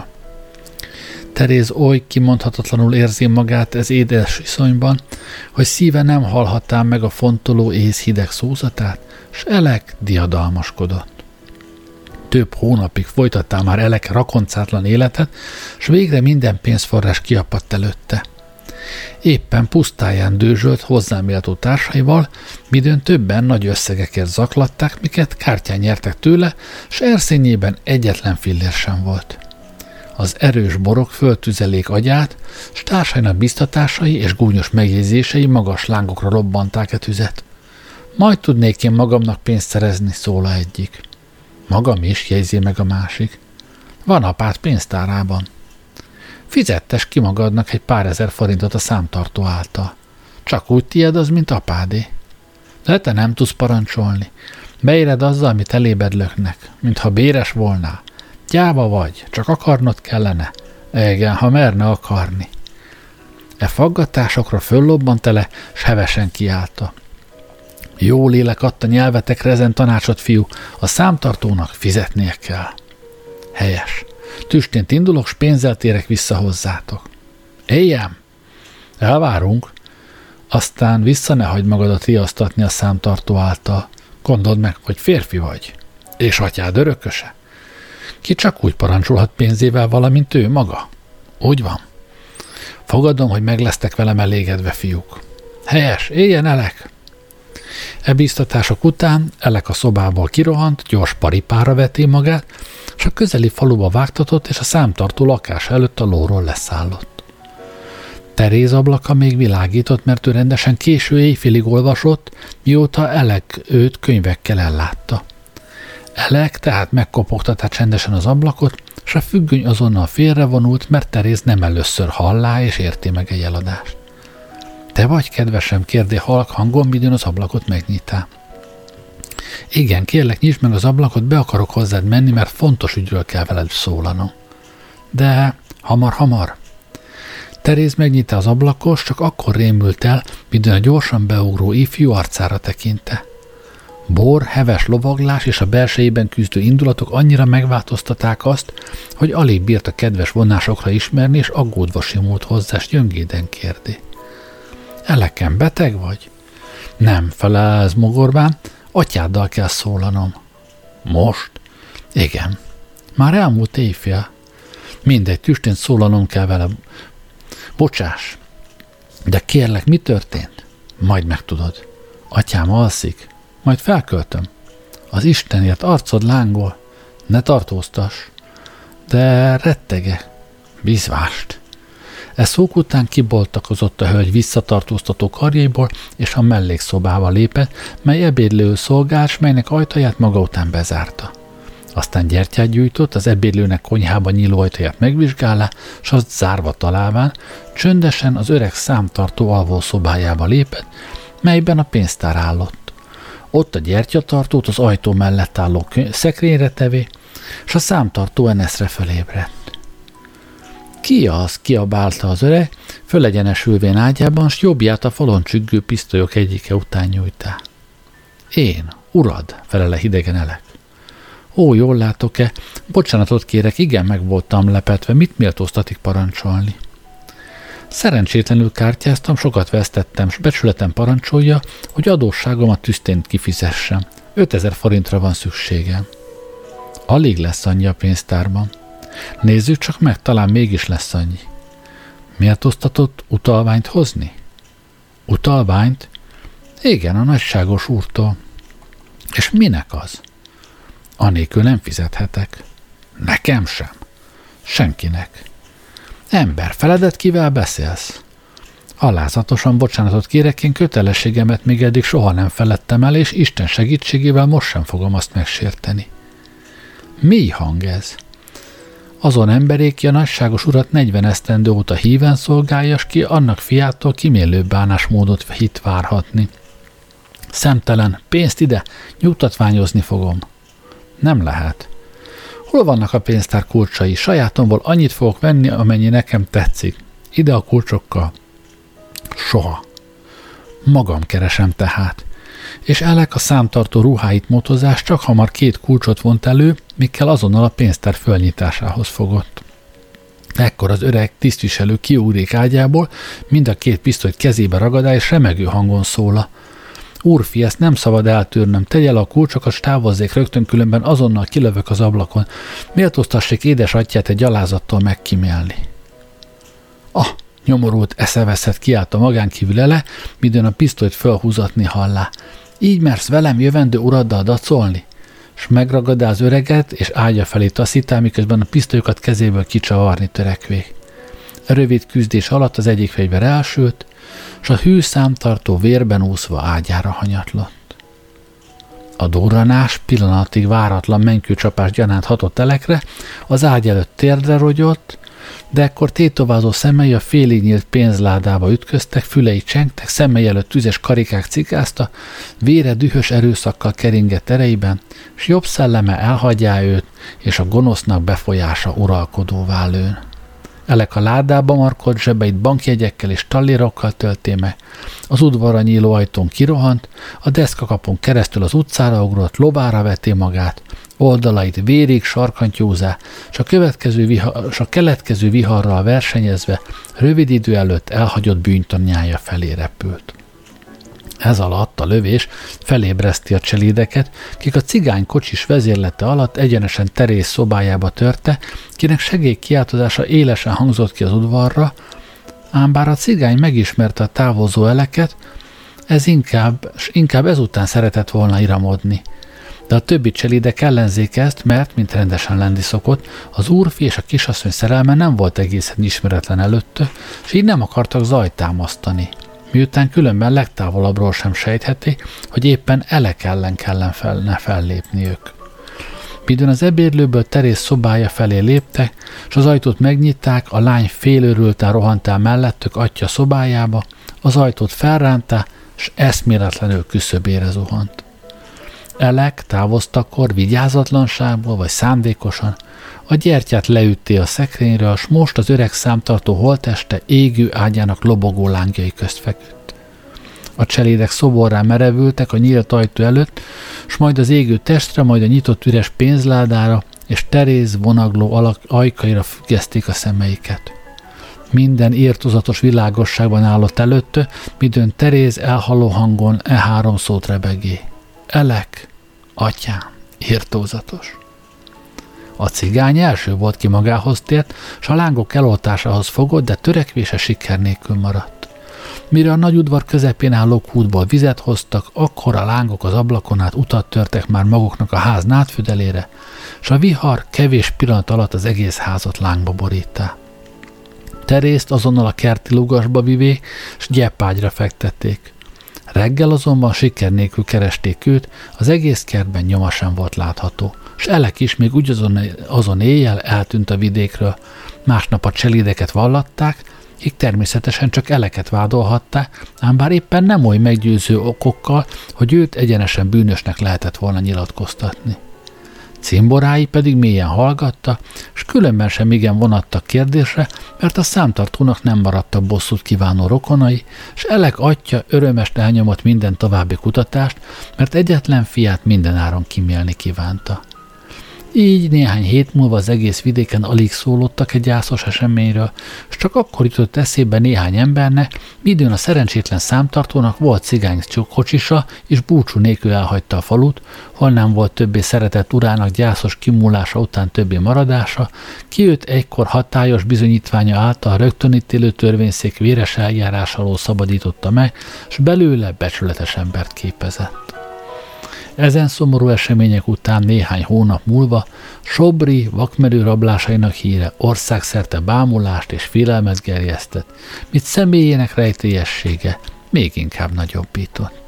Teréz oly kimondhatatlanul érzi magát ez édes viszonyban, hogy szíve nem hallhattá meg a fontoló ész hideg szózatát, s Elek diadalmaskodott. Több hónapig folytattál már Elek rakoncátlan életet, s végre minden pénzforrás kiapadt előtte. Éppen pusztáján dőzsölt hozzáméltó társaival, midőn többen nagy összegeket zaklatták, miket kártyán nyertek tőle, s erszényében egyetlen fillér sem volt. Az erős borok föltüzelék agyát, s társainak biztatásai és gúnyos megjegyzései magas lángokra robbanták e tüzet. Majd tudnék én magamnak pénzt szerezni, szól egyik. Magam is, jegyzi meg a másik. Van apád pénztárában. Fizettes ki magadnak egy pár ezer forintot a számtartó által. Csak úgy tied az, mint apádé. De te nem tudsz parancsolni. Beéred azzal, amit elébed löknek, mintha béres volnál. Gyáva vagy, csak akarnod kellene. Igen, ha merne akarni. E faggatásokra föllobbant tele, s hevesen kiállta. Jó lélek adta nyelvetekre ezen tanácsot, fiú, a számtartónak fizetnie kell. Helyes. Tüstént indulok, s pénzzel térek vissza hozzátok. Éjjel? Elvárunk. Aztán vissza ne hagyd magadat riasztatni a számtartó által. Gondold meg, hogy férfi vagy. És atyád örököse. Ki csak úgy parancsolhat pénzével, valamint ő maga. Úgy van. Fogadom, hogy meg lesztek velem elégedve, fiúk. Helyes, éljen Elek! E bíztatások után Elek a szobából kirohant, gyors paripára veti magát, és a közeli faluba vágtatott, és a számtartó lakás előtt a lóról leszállott. Teréz ablaka még világított, mert ő rendesen késő éjfélig olvasott, mióta Elek őt könyvekkel ellátta. Elek tehát megkopogtatta csendesen az ablakot, és a függöny azonnal félrevonult, mert Teréz nem először hallá és érti meg egy eladást. Te vagy, kedvesem, kérdé halk hangon, midőn az ablakot megnyitá. Igen, kérlek, nyisd meg az ablakot, be akarok hozzád menni, mert fontos ügyről kell veled szólanom. De hamar-hamar. Teréz megnyitá az ablakos, csak akkor rémült el, midőn a gyorsan beugró ifjú arcára tekinte. Bor, heves lovaglás és a belsejében küzdő indulatok annyira megváltoztatták azt, hogy alig bírt a kedves vonásokra ismerni, és aggódva simult hozzá, és gyöngéden kérdi. Elekem, beteg vagy? Nem, felel ez mogorván, atyáddal kell szólanom. Most? Igen. Már elmúlt éjfél. Mindegy, tüstén szólanom kell vele. Bocsáss, de kérlek, mi történt? Majd megtudod. Atyám alszik, majd felköltöm. Az Istenért arcod lángol. Ne tartóztass. De rettege. Bizvást. E szók után kiboltakozott a hölgy visszatartóztató karjaiból, és a mellékszobába lépett, mely ebédlő szolgás, melynek ajtaját maga után bezárta. Aztán gyertyát gyújtott, az ebédlőnek konyhába nyíló ajtaját megvizsgálá, s azt zárva találván, csöndesen az öreg számtartó alvó szobájába lépett, melyben a pénztár állott. Ott a gyertyatartót az ajtó mellett álló szekrényre tevé, s a számtartó Eneszre fölébredt. Ki az? Kiabálta az öreg, fölegyenesülvén ágyában, s jobbját a falon csüggő pisztolyok egyike után nyújtá. Én, urad, felele hidegen Elek. Ó, jól látok-e? Bocsánatot kérek, igen, meg voltam lepetve, mit méltóztatik parancsolni? Szerencsétlenül kártyáztam, sokat vesztettem, s becsületem parancsolja, hogy adósságomat tüsztén kifizessem. ötezer forintra van szükségem. Alig lesz annyi a pénztárban. Nézzük csak meg, talán mégis lesz annyi. Méltóztatott utalványt hozni? Utalványt? Igen, a nagyságos úrtól. És minek az? Anélkül nem fizethetek. Nekem sem. Senkinek. Ember, feledett, kivel beszélsz? Alázatosan bocsánatot kérek, én kötelességemet még eddig soha nem feledtem el, és Isten segítségével most sem fogom azt megsérteni. Mi hang ez? Azon emberé, ki a nagyságos urat negyven esztendő óta híven szolgálja, s ki annak fiától kimélő bánásmódot hit várhatni. Szemtelen, pénzt ide, nyugtatványozni fogom. Nem lehet. Hol vannak a pénztár kulcsai? Sajátomból annyit fogok venni, amennyi nekem tetszik. Ide a kulcsokkal. Soha. Magam keresem tehát. És Elek a számtartó ruháit motozás csak hamar két kulcsot vont elő, mikkel azonnal a pénztár fölnyitásához fogott. Ekkor az öreg tisztviselő kiugrik ágyából, mind a két pisztolyt kezébe ragadá, és remegő hangon szóla. Úrfi, ezt nem szabad eltűrnöm, tegye le a kulcsokat, s távozzék rögtön, különben azonnal kilövök az ablakon. Méltóztassék édesatyját egy gyalázattal megkímélni. Ah, nyomorult eszeveszett, kiállt a magán kívül ele, midőn a pisztolyt fölhúzatni hallá. Így mersz velem jövendő uraddal dacolni? S megragadá az öreget, és ágya felé taszítál, miközben a pisztolyokat kezéből kicsavarni törekvék. A rövid küzdés alatt az egyik fegyver elsült, s a hű számtartó vérben úszva ágyára hanyatlott. A durranás pillanatig váratlan menykőcsapás gyanánt hatott Elekre, az ágy előtt térdre rogyott, de ekkor tétovázó szemei a félig nyílt pénzládába ütköztek, fülei csengtek, szemei előtt tüzes karikák cikázta, vére dühös erőszakkal keringett ereiben, s jobb szelleme elhagyja őt, és a gonosznak befolyása uralkodóvá lőn. Elek a ládába markolt zsebeit bankjegyekkel és tallérokkal tölté meg, az udvarra nyíló ajtón kirohant, a deszkakapon keresztül az utcára ugrott, lovára veté magát, oldalait vérig sarkantyúzá, s a, következő vihar, s a keletkező viharral versenyezve rövid idő előtt elhagyott bűntanyája felé repült. Ez alatt a lövés felébreszti a cselédeket, kik a cigány kocsis vezérlete alatt egyenesen Teréz szobájába törte, kinek segélykiáltozása élesen hangzott ki az udvarra, ám bár a cigány megismerte a távozó Eleket, ez inkább, inkább ezután szeretett volna iramodni. De a többi cselidek ellenzék ezt, mert, mint rendesen lenni szokott, az úrfi és a kisasszony szerelme nem volt egészen ismeretlen előtte, és így nem akartak zajt támasztani. Miután különben legtávolabbról sem sejtheti, hogy éppen Elek ellen kellene fel, fellépniük. Midőn az ebédlőből Teréz szobája felé léptek, és az ajtót megnyitták, a lány félőrülten rohant el mellettük atya szobájába, az ajtót felránta, és eszméletlenül küszöbére zuhant. Elek távoztakor vigyázatlanságból vagy szándékosan a gyertyát leütté a szekrényről, s most az öreg számtartó holtteste égő ágyának lobogó lángjai közt feküdt. A cselédek szoborrán merevültek a nyílt ajtó előtt, s majd az égő testre, majd a nyitott üres pénzládára, és Teréz vonagló alak, ajkaira függeszték a szemeiket. Minden írtózatos világosságban állott előtte, midőn Teréz elhaló hangon e három szót rebegé. Elek, atyám, írtózatos. A cigány első volt, ki magához tért, s a lángok eloltásához fogott, de törekvése siker nélkül maradt. Mire a nagy udvar közepén álló kútból vizet hoztak, akkor a lángok az ablakon át utat törtek már maguknak a ház nádfüdelére, s a vihar kevés pillanat alatt az egész házat lángba borítá. Terészt azonnal a kerti lugasba vivék, s gyeppágyra fektették. Reggel azonban siker nélkül keresték őt, az egész kertben nyoma sem volt látható, s Elek is még úgy azon, azon éjjel eltűnt a vidékről. Másnap a cselideket vallatták, így természetesen csak Eleket vádolhatták, ám bár éppen nem oly meggyőző okokkal, hogy őt egyenesen bűnösnek lehetett volna nyilatkoztatni. Cimborái pedig mélyen hallgatta, s különben sem igen vonattak kérdésre, mert a számtartónak nem maradtak bosszút kívánó rokonai, s Elek atya örömest elnyomott minden további kutatást, mert egyetlen fiát mindenáron kimélni kívánta. Így néhány hét múlva az egész vidéken alig szólottak egy gyászos eseményről, és csak akkor jutott eszébe néhány embernek, midőn a szerencsétlen számtartónak volt cigány kocsisa, és búcsú nélkül elhagyta a falut, hol nem volt többé szeretett urának gyászos kimúlása után többé maradása, ki őt egykor hatályos bizonyítványa által rögtönítélő törvényszék véres eljárás alól szabadította meg, s belőle becsületes embert képezett. Ezen szomorú események után néhány hónap múlva Sobri vakmerő rablásainak híre országszerte bámulást és félelmet gerjesztett, míg személyének rejtélyessége még inkább nagyobbított.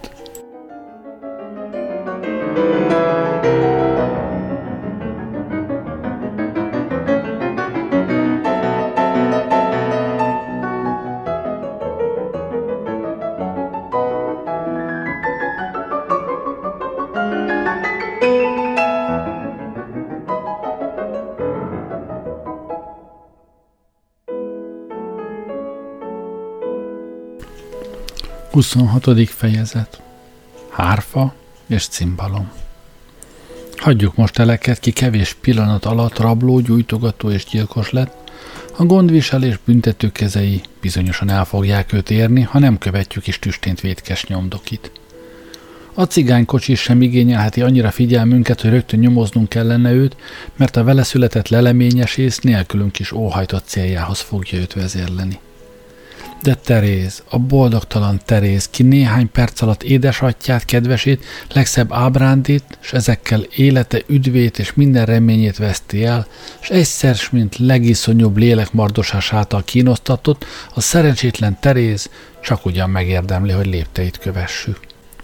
huszonhatodik fejezet. Hárfa és cimbalom. Hagyjuk most Eleket, ki kevés pillanat alatt rabló, gyújtogató és gyilkos lett. A gondviselés büntető kezei bizonyosan el fogják őt érni, ha nem követjük is tüstént vétkes nyomdokit. A cigánykocsis sem igényelheti annyira figyelmünket, hogy rögtön nyomoznunk kellene őt, mert a vele született leleményes ész nélkülünk is óhajtott céljához fogja őt vezérleni. De Teréz, a boldogtalan Teréz, ki néhány perc alatt édesatyját, kedvesét, legszebb ábrándít, s ezekkel élete, üdvét és minden reményét veszti el, s egyszer, mint legiszonyúbb lélekmardosás által kínosztatott, a szerencsétlen Teréz csak ugyan megérdemli, hogy lépteit kövessük.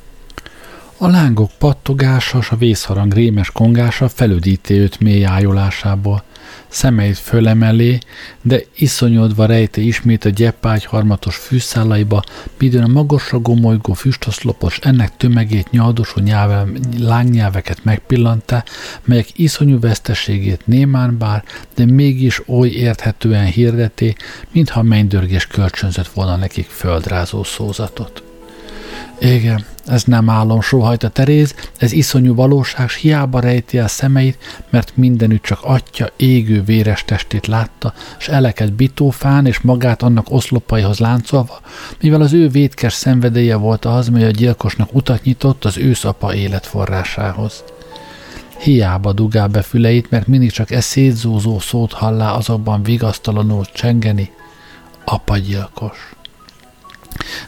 A lángok pattogása s a vészharang rémes kongása felüdíti őt mély ájulásából. Szemeit fölemelé, de iszonyodva rejti ismét a gyeppágy harmatos fűszálaiba, midőn a magasra gomolygó füstoszlopos ennek tömegét nyaldosó nyelve, lángnyelveket megpillantá, melyek iszonyú veszteségét némán bár, de mégis oly érthetően hirdeté, mintha mennydörgés kölcsönzött volna nekik földrázó szózatot. Igen, ez nem álom, sóhajta Teréz, ez iszonyú valóság, s hiába rejti el szemeit, mert mindenütt csak atya égő véres testét látta, s Eleket bitófán és magát annak oszlopaihoz láncolva, mivel az ő vétkes szenvedélye volt az, mely a gyilkosnak utat nyitott az őszapa életforrásához. Hiába dugál be füleit, mert mindig csak e szétzúzó szót hallá azokban vigasztalanul csengeni: apa gyilkos.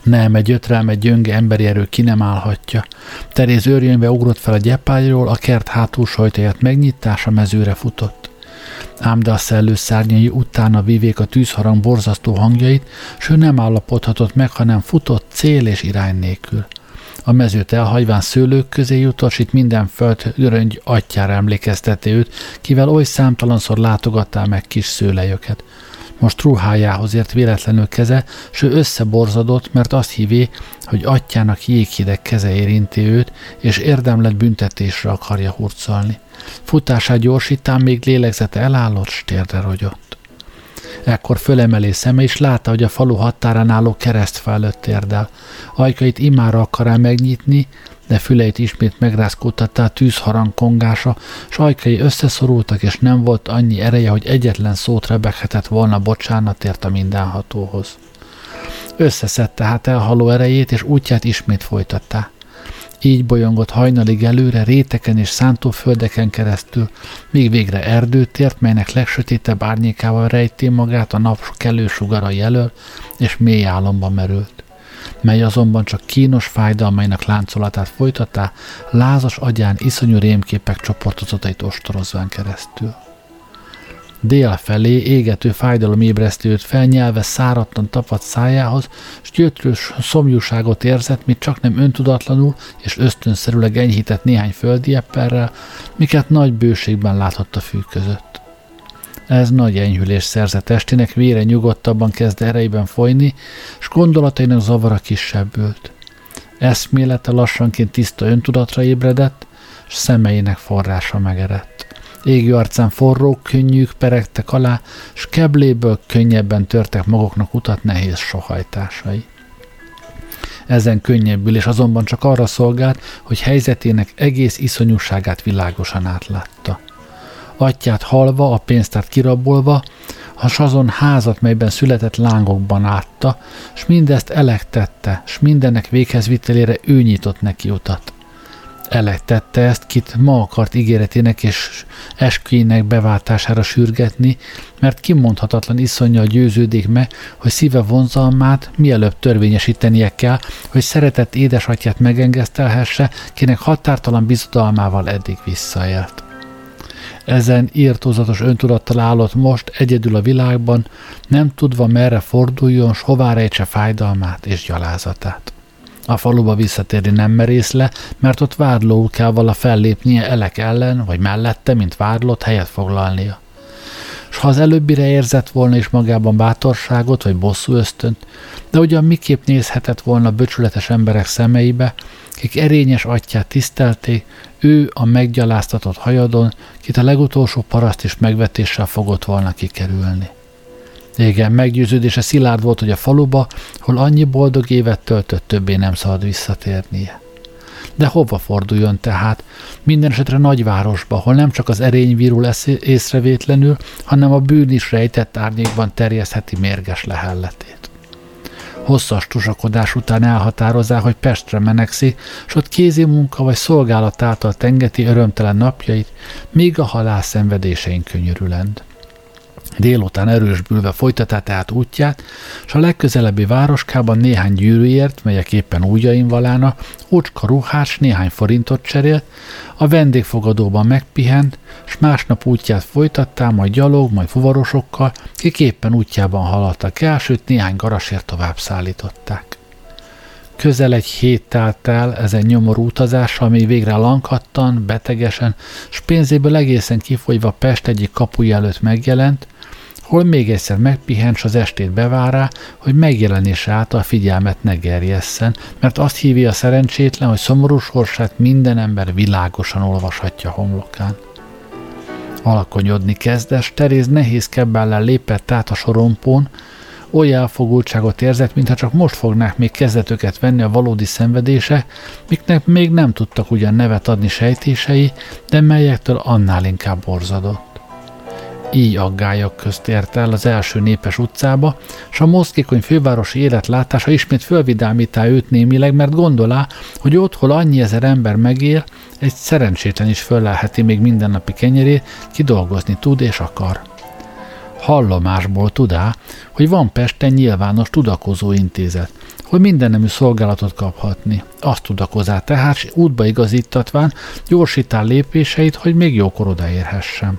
Nem, egy ötrelmet gyönge emberi erő ki nem állhatja. Teréz őrjönve ugrott fel a gyepágyról, a kert hátulsajtaját megnyitása mezőre futott. Ám de a szellő szárnyai utána vivék a tűzharang borzasztó hangjait, s ő nem állapodhatott meg, hanem futott cél és irány nélkül. A mezőt elhagyván szőlők közé jutott, s itt minden földröngy atyára emlékeztette őt, kivel oly számtalanszor látogattál meg kis szőlejöket. Most ruhájához ért véletlenül keze, s ő összeborzadott, mert azt hívé, hogy atyának jéghideg keze érinti őt, és érdemlet büntetésre akarja hurcolni. Futását gyorsítán még lélegzete elállott, s térdre rogyott. Ekkor fölemelé szeme, és látta, hogy a falu határán álló kereszt felőtt térdel. Ajkait imára akará megnyitni, de füleit ismét megrázkódtatta a tűzharang kongása, s ajkai összeszorultak, és nem volt annyi ereje, hogy egyetlen szót rebeghetett volna bocsánatért a mindenhatóhoz. Összeszedte hát elhaló erejét, és útját ismét folytatta. Így bolyongott hajnalig előre, réteken és szántóföldeken keresztül, míg végre erdőt ért, melynek legsötétebb árnyékával rejté magát a nap kellő sugarai elől, és mély álomba merült, mely azonban csak kínos fájdalmainak láncolatát folytattá, lázas agyán iszonyú rémképek csoportozatait ostorozván keresztül. Dél felé égető fájdalom ébresztő őt fel, nyelve száradtan tapadt szájához, s gyötrős szomjúságot érzett, mit csak nem öntudatlanul és ösztönszerűleg enyhített néhány földi epperrel, miket nagy bőségben láthatta fű között. Ez nagy enyhülés szerzett testének, vére nyugodtabban kezd erejében folyni, s gondolatainak zavara kisebbült. Eszmélete lassanként tiszta öntudatra ébredett, s szemeinek forrása megerett. Égő arcán forró könnyűk peregtek alá, s kebléből könnyebben törtek maguknak utat nehéz sohajtásai. Ezen könnyebbülés azonban csak arra szolgált, hogy helyzetének egész iszonyúságát világosan átlátta. Atyát halva, a pénztárt kirabolva, a azon házat, melyben született lángokban átta, s mindezt elegtette, s mindennek véghezvitelére ő nyitott neki utat. Elegtette ezt, kit ma akart ígéretének és esküjének beváltására sürgetni, mert kimondhatatlan iszonnyal győződik meg, hogy szíve vonzalmát mielőbb törvényesítenie kell, hogy szeretett édesatyját megengesztelhesse, kinek határtalan bizodalmával eddig visszaélt. Ezen írtózatos öntudattal állott most egyedül a világban, nem tudva merre forduljon, s hová rejtse fájdalmát és gyalázatát. A faluba visszatérni nem merész le, mert ott vádlóul kell vala fellépnie Elek ellen, vagy mellette, mint vádlott, helyet foglalnia. S ha az előbbire érzett volna is magában bátorságot, vagy bosszú ösztönt, de ugyan miképp nézhetett volna böcsületes emberek szemeibe, kik erényes atyját tisztelték, ő a meggyaláztatott hajadon, kit a legutolsó paraszt is megvetéssel fogott volna kikerülni. Igen, meggyőződése szilárd volt, hogy a faluba, hol annyi boldog évet töltött, többé nem szabad visszatérnie. De hova forduljon tehát? Minden esetre nagyvárosba, hol nem csak az erény virul észrevétlenül, hanem a bűn is rejtett árnyékban terjesztheti mérges lehelletét. Hosszas tusakodás után elhatározzák, hogy Pestre menekszik, s ott kézi munka vagy szolgálat által tengeti örömtelen napjait, míg a halál szenvedésein könyörülend. Délután erősbülve folytatta tehát útját, s a legközelebbi városkában néhány gyűrűért, melyek éppen ujjain valána, ócska ruhás néhány forintot cserélt, a vendégfogadóban megpihent, s másnap útját folytattá, majd gyalog, majd fuvarosokkal, kik éppen útjában haladtak el, sőt néhány garasért tovább szállították. Közel egy hét telt el ezen nyomorú utazással, amíg végre lankadtan, betegesen, s pénzéből egészen kifogyva Pest egyik kapuja előtt megjelent, hol még egyszer megpihent, s az estét bevár rá, hogy megjelenése által figyelmet ne gerjesszen, mert azt hívja a szerencsétlen, hogy szomorú sorsát minden ember világosan olvashatja homlokán. Alkonyodni kezdes, Teréz nehéz kebbellel lépett át a sorompón, oly elfogultságot érzett, mintha csak most fognák még kezdetüket venni a valódi szenvedése, miknek még nem tudtak ugyan nevet adni sejtései, de melyektől annál inkább borzadott. Így aggályok közt ért el az első népes utcába, s a mozgékony fővárosi élet látása ismét fölvidámítá őt némileg, mert gondolá, hogy ott, hol annyi ezer ember megél, egy szerencsétlen is föllelheti még mindennapi kenyerét, ki dolgozni tud és akar. Hallomásból tudá, hogy van Pesten nyilvános tudakozó intézet, hogy mindennemű szolgálatot kaphatni. Azt tudakozá tehát, s útba igazítatván gyorsítál lépéseit, hogy még jókor odaérhessen.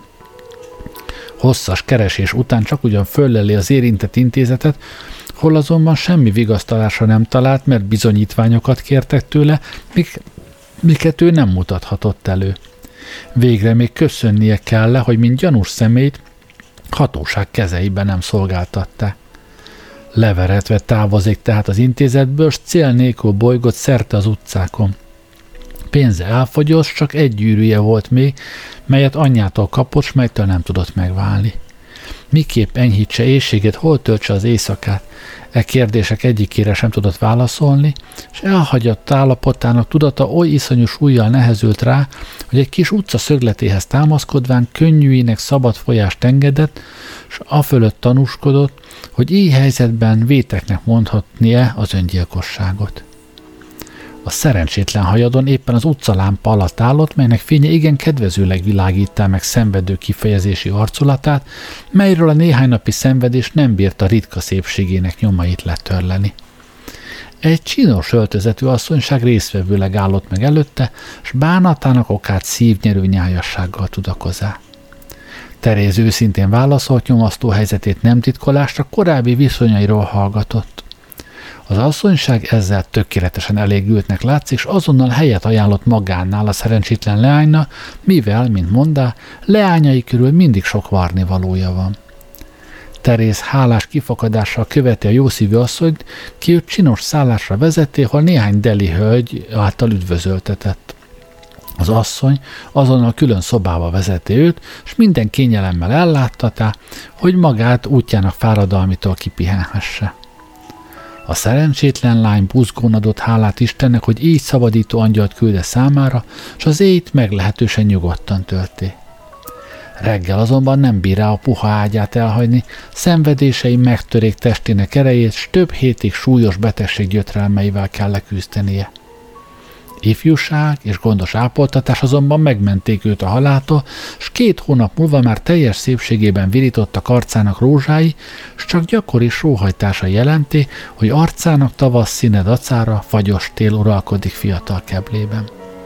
Hosszas keresés után csak ugyan fölleli az érintett intézetet, hol azonban semmi vigasztalásra nem talált, mert bizonyítványokat kértek tőle, mik, miket ő nem mutathatott elő. Végre még köszönnie kell le, hogy mint gyanús személyt hatóság kezeiben nem szolgáltatták. Leveretve távozik tehát az intézetből, s cél nélkül bolygott szerte az utcákon. Pénze elfogyott, csak egy gyűrűje volt még, melyet anyjától kapott, s melytől nem tudott megválni. Miképp enyhítse éhségét, hol töltse az éjszakát? E kérdések egyikére sem tudott válaszolni, és elhagyott állapotának tudata oly iszonyú súllyal nehezült rá, hogy egy kis utca szögletéhez támaszkodván könnyűinek szabad folyást engedett, s afölött tanúskodott, hogy így helyzetben véteknek mondhatnie az öngyilkosságot. A szerencsétlen hajadon éppen az utcalámpa alatt állott, melynek fénye igen kedvezőleg világíttá meg szenvedő kifejezési arculatát, melyről a néhány napi szenvedés nem bírta ritka szépségének nyomait letörleni. Egy csinos öltözetű asszonyság résztvevőleg állott meg előtte, s bánatának okát szívnyerő nyájassággal tudakozá. Teréz őszintén válaszolt, nyomasztó helyzetét nem titkolásra, korábbi viszonyairól hallgatott. Az asszonyság ezzel tökéletesen elégültnek látszik, és azonnal helyet ajánlott magánál a szerencsétlen leányna, mivel, mint mondá, leányai körül mindig sok várnivalója van. Teréz hálás kifakadással követi a jószívű asszonyt, ki őt csinos szállásra vezeti, ahol néhány deli hölgy által üdvözöltetett. Az asszony azonnal külön szobába vezeti őt, és minden kényelemmel elláttatá, hogy magát útjának fáradalmitól kipihenhesse. A szerencsétlen lány buzgón adott hálát Istennek, hogy így szabadító angyalt külde számára, s az éjt meglehetősen nyugodtan tölti. Reggel azonban nem bír rá a puha ágyát elhagyni, szenvedései megtörék testének erejét, s több hétig súlyos betegség gyötrelmeivel kell leküzdenie. Ifjúság és gondos ápoltatás azonban megmenték őt a haláltól, s két hónap múlva már teljes szépségében virítottak arcának rózsái, s csak gyakori sóhajtása jelenti, hogy arcának tavasz színe dacára fagyos tél uralkodik fiatal keblében.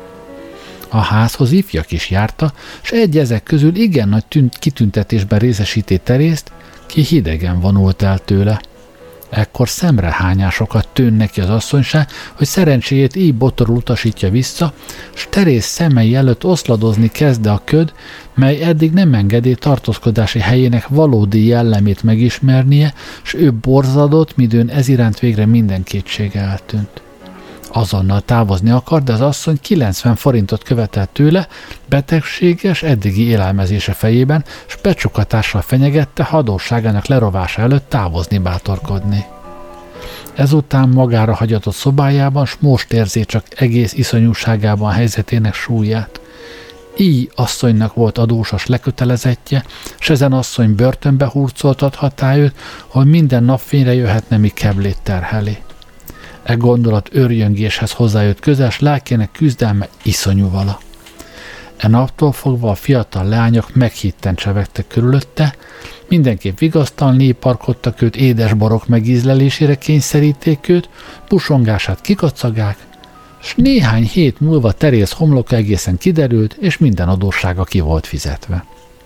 A házhoz ifjak is járta, s egy ezek közül igen nagy tűnt, kitüntetésben részesíti Terészt, ki hidegen vonult el tőle. Ekkor szemrehányásokat tűn neki az asszonyság, hogy szerencséjét így botorul utasítja vissza, s Teréz szemei előtt oszladozni kezd a köd, mely eddig nem engedi tartózkodási helyének valódi jellemét megismernie, s ő borzadott, midőn eziránt végre minden kétsége eltűnt. Azonnal távozni akar, de az asszony kilencven forintot követelt tőle, betegséges eddigi élelmezése fejében, s becsukatással fenyegette hadóságának lerovása előtt távozni bátorkodni. Ezután magára hagyatott szobájában, s most érzi csak egész iszonyúságában a helyzetének súlyát. Így asszonynak volt adósas lekötelezettje, s ezen asszony börtönbe hurcoltathatá őt, hogy minden napfényre jöhetne, míg keblét terheli. E gondolat őrjöngéshez hozzájött közel, s lelkének küzdelme iszonyú vala. E naptól fogva a fiatal leányok meghitten csevegtek körülötte, mindenképp vigasztal néparkodtak őt, édes borok megízlelésére kényszeríték őt, pusongását kikacagák, s néhány hét múlva Teréz homloka egészen kiderült, és minden adóssága ki volt fizetve.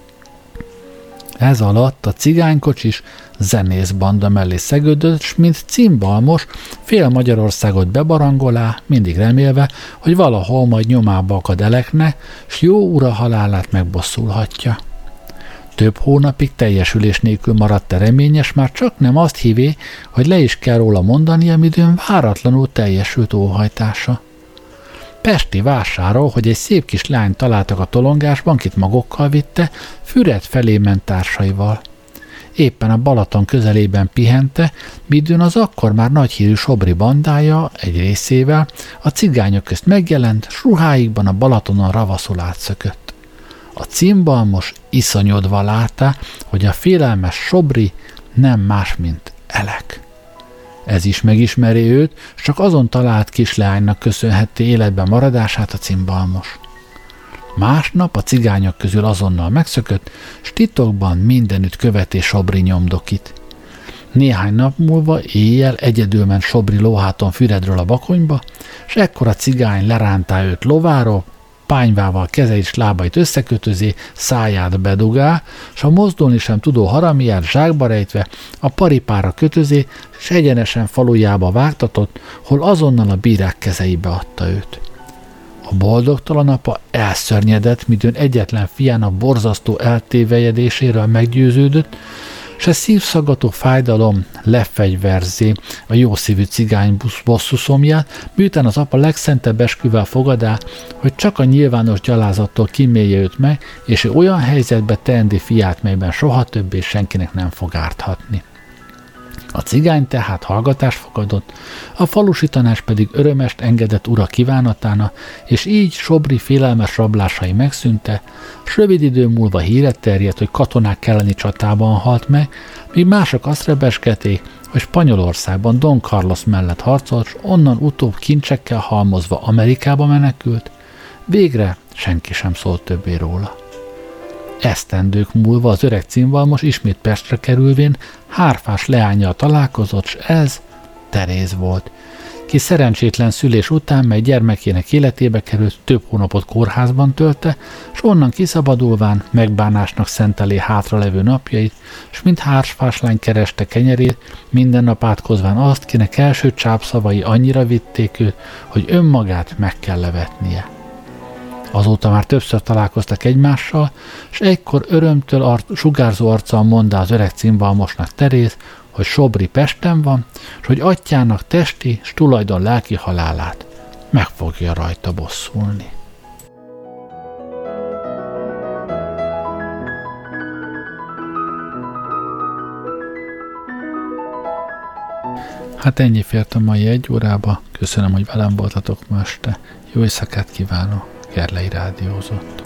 Ez alatt a cigánykocsis zenészbanda mellé szegődött, s mint cimbalmos fél Magyarországot bebarangolá, mindig remélve, hogy valahol majd nyomába akad Elekne, s jó ura halálát megbosszulhatja. Több hónapig teljesülés nélkül maradt a reményes, már csak nem azt hívé, hogy le is kell róla mondani, amidőn váratlanul teljesült óhajtása. Pesti vásáról, hogy egy szép kis lányt találtak a tolongásban, kit magokkal vitte, Füred felé ment társaival. Éppen a Balaton közelében pihente, midőn az akkor már nagyhírű Sobri bandája egy részével a cigányok közt megjelent, s ruháikban a Balatonon ravaszul átszökött. A cimbalmos iszonyodva látta, hogy a félelmes Sobri nem más, mint Elek. Ez is megismeri őt, s csak azon talált kisleánynak köszönhette életben maradását a cimbalmos. Másnap a cigányok közül azonnal megszökött, s titokban mindenütt követé Sobri nyomdokit. Néhány nap múlva éjjel egyedül ment Sobri lóháton Füredről a Bakonyba, s ekkor a cigány lerántá őt lováról, pányvával kezeit s lábait összekötözé, száját bedugá, s a mozdulni sem tudó haramiát zsákba rejtve a paripára kötözé, s egyenesen falujába vágtatott, hol azonnal a bírák kezeibe adta őt. A boldogtalan apa elszörnyedett, midőn egyetlen fiának borzasztó eltévejedéséről meggyőződött, s a szívszaggató fájdalom lefegyverzé a jószívű cigány bosszuszomját, miután az apa legszentebb esküvel fogadá, hogy csak a nyilvános gyalázattól kimélje őt meg, és ő olyan helyzetbe tendi fiát, melyben soha többé senkinek nem fog árthatni. A cigány tehát hallgatást fogadott, a falusi tanács pedig örömest engedett ura kívánatána, és így Sobri félelmes rablásai megszűnte, s rövid idő múlva híret terjedt, hogy katonák elleni csatában halt meg, míg mások azt rebesgeték, hogy Spanyolországban Don Carlos mellett harcolt, s onnan utóbb kincsekkel halmozva Amerikába menekült, végre senki sem szólt többé róla. Esztendők múlva az öreg címvalmos ismét Pestre kerülvén hárfás leánnyal találkozott, s ez Teréz volt, ki szerencsétlen szülés után, mely gyermekének életébe került, több hónapot kórházban tölte, s onnan kiszabadulván megbánásnak szentelé hátralevő napjait, s mint hárfás lány kereste kenyerét, minden nap átkozván azt, kinek első csápszavai annyira vitték őt, hogy önmagát meg kell levetnie. Azóta már többször találkoztak egymással, s egykor örömtől ar- sugárzó arccal mondta az öreg címvalmosnak Teréz, hogy Sobri Pesten van, s hogy atyának testi s tulajdon lelki halálát meg fogja rajta bosszulni. Hát ennyi fért a mai egy órába. Köszönöm, hogy velem voltatok ma este. Jó éjszakát kívánok. Gerlei rádiózott.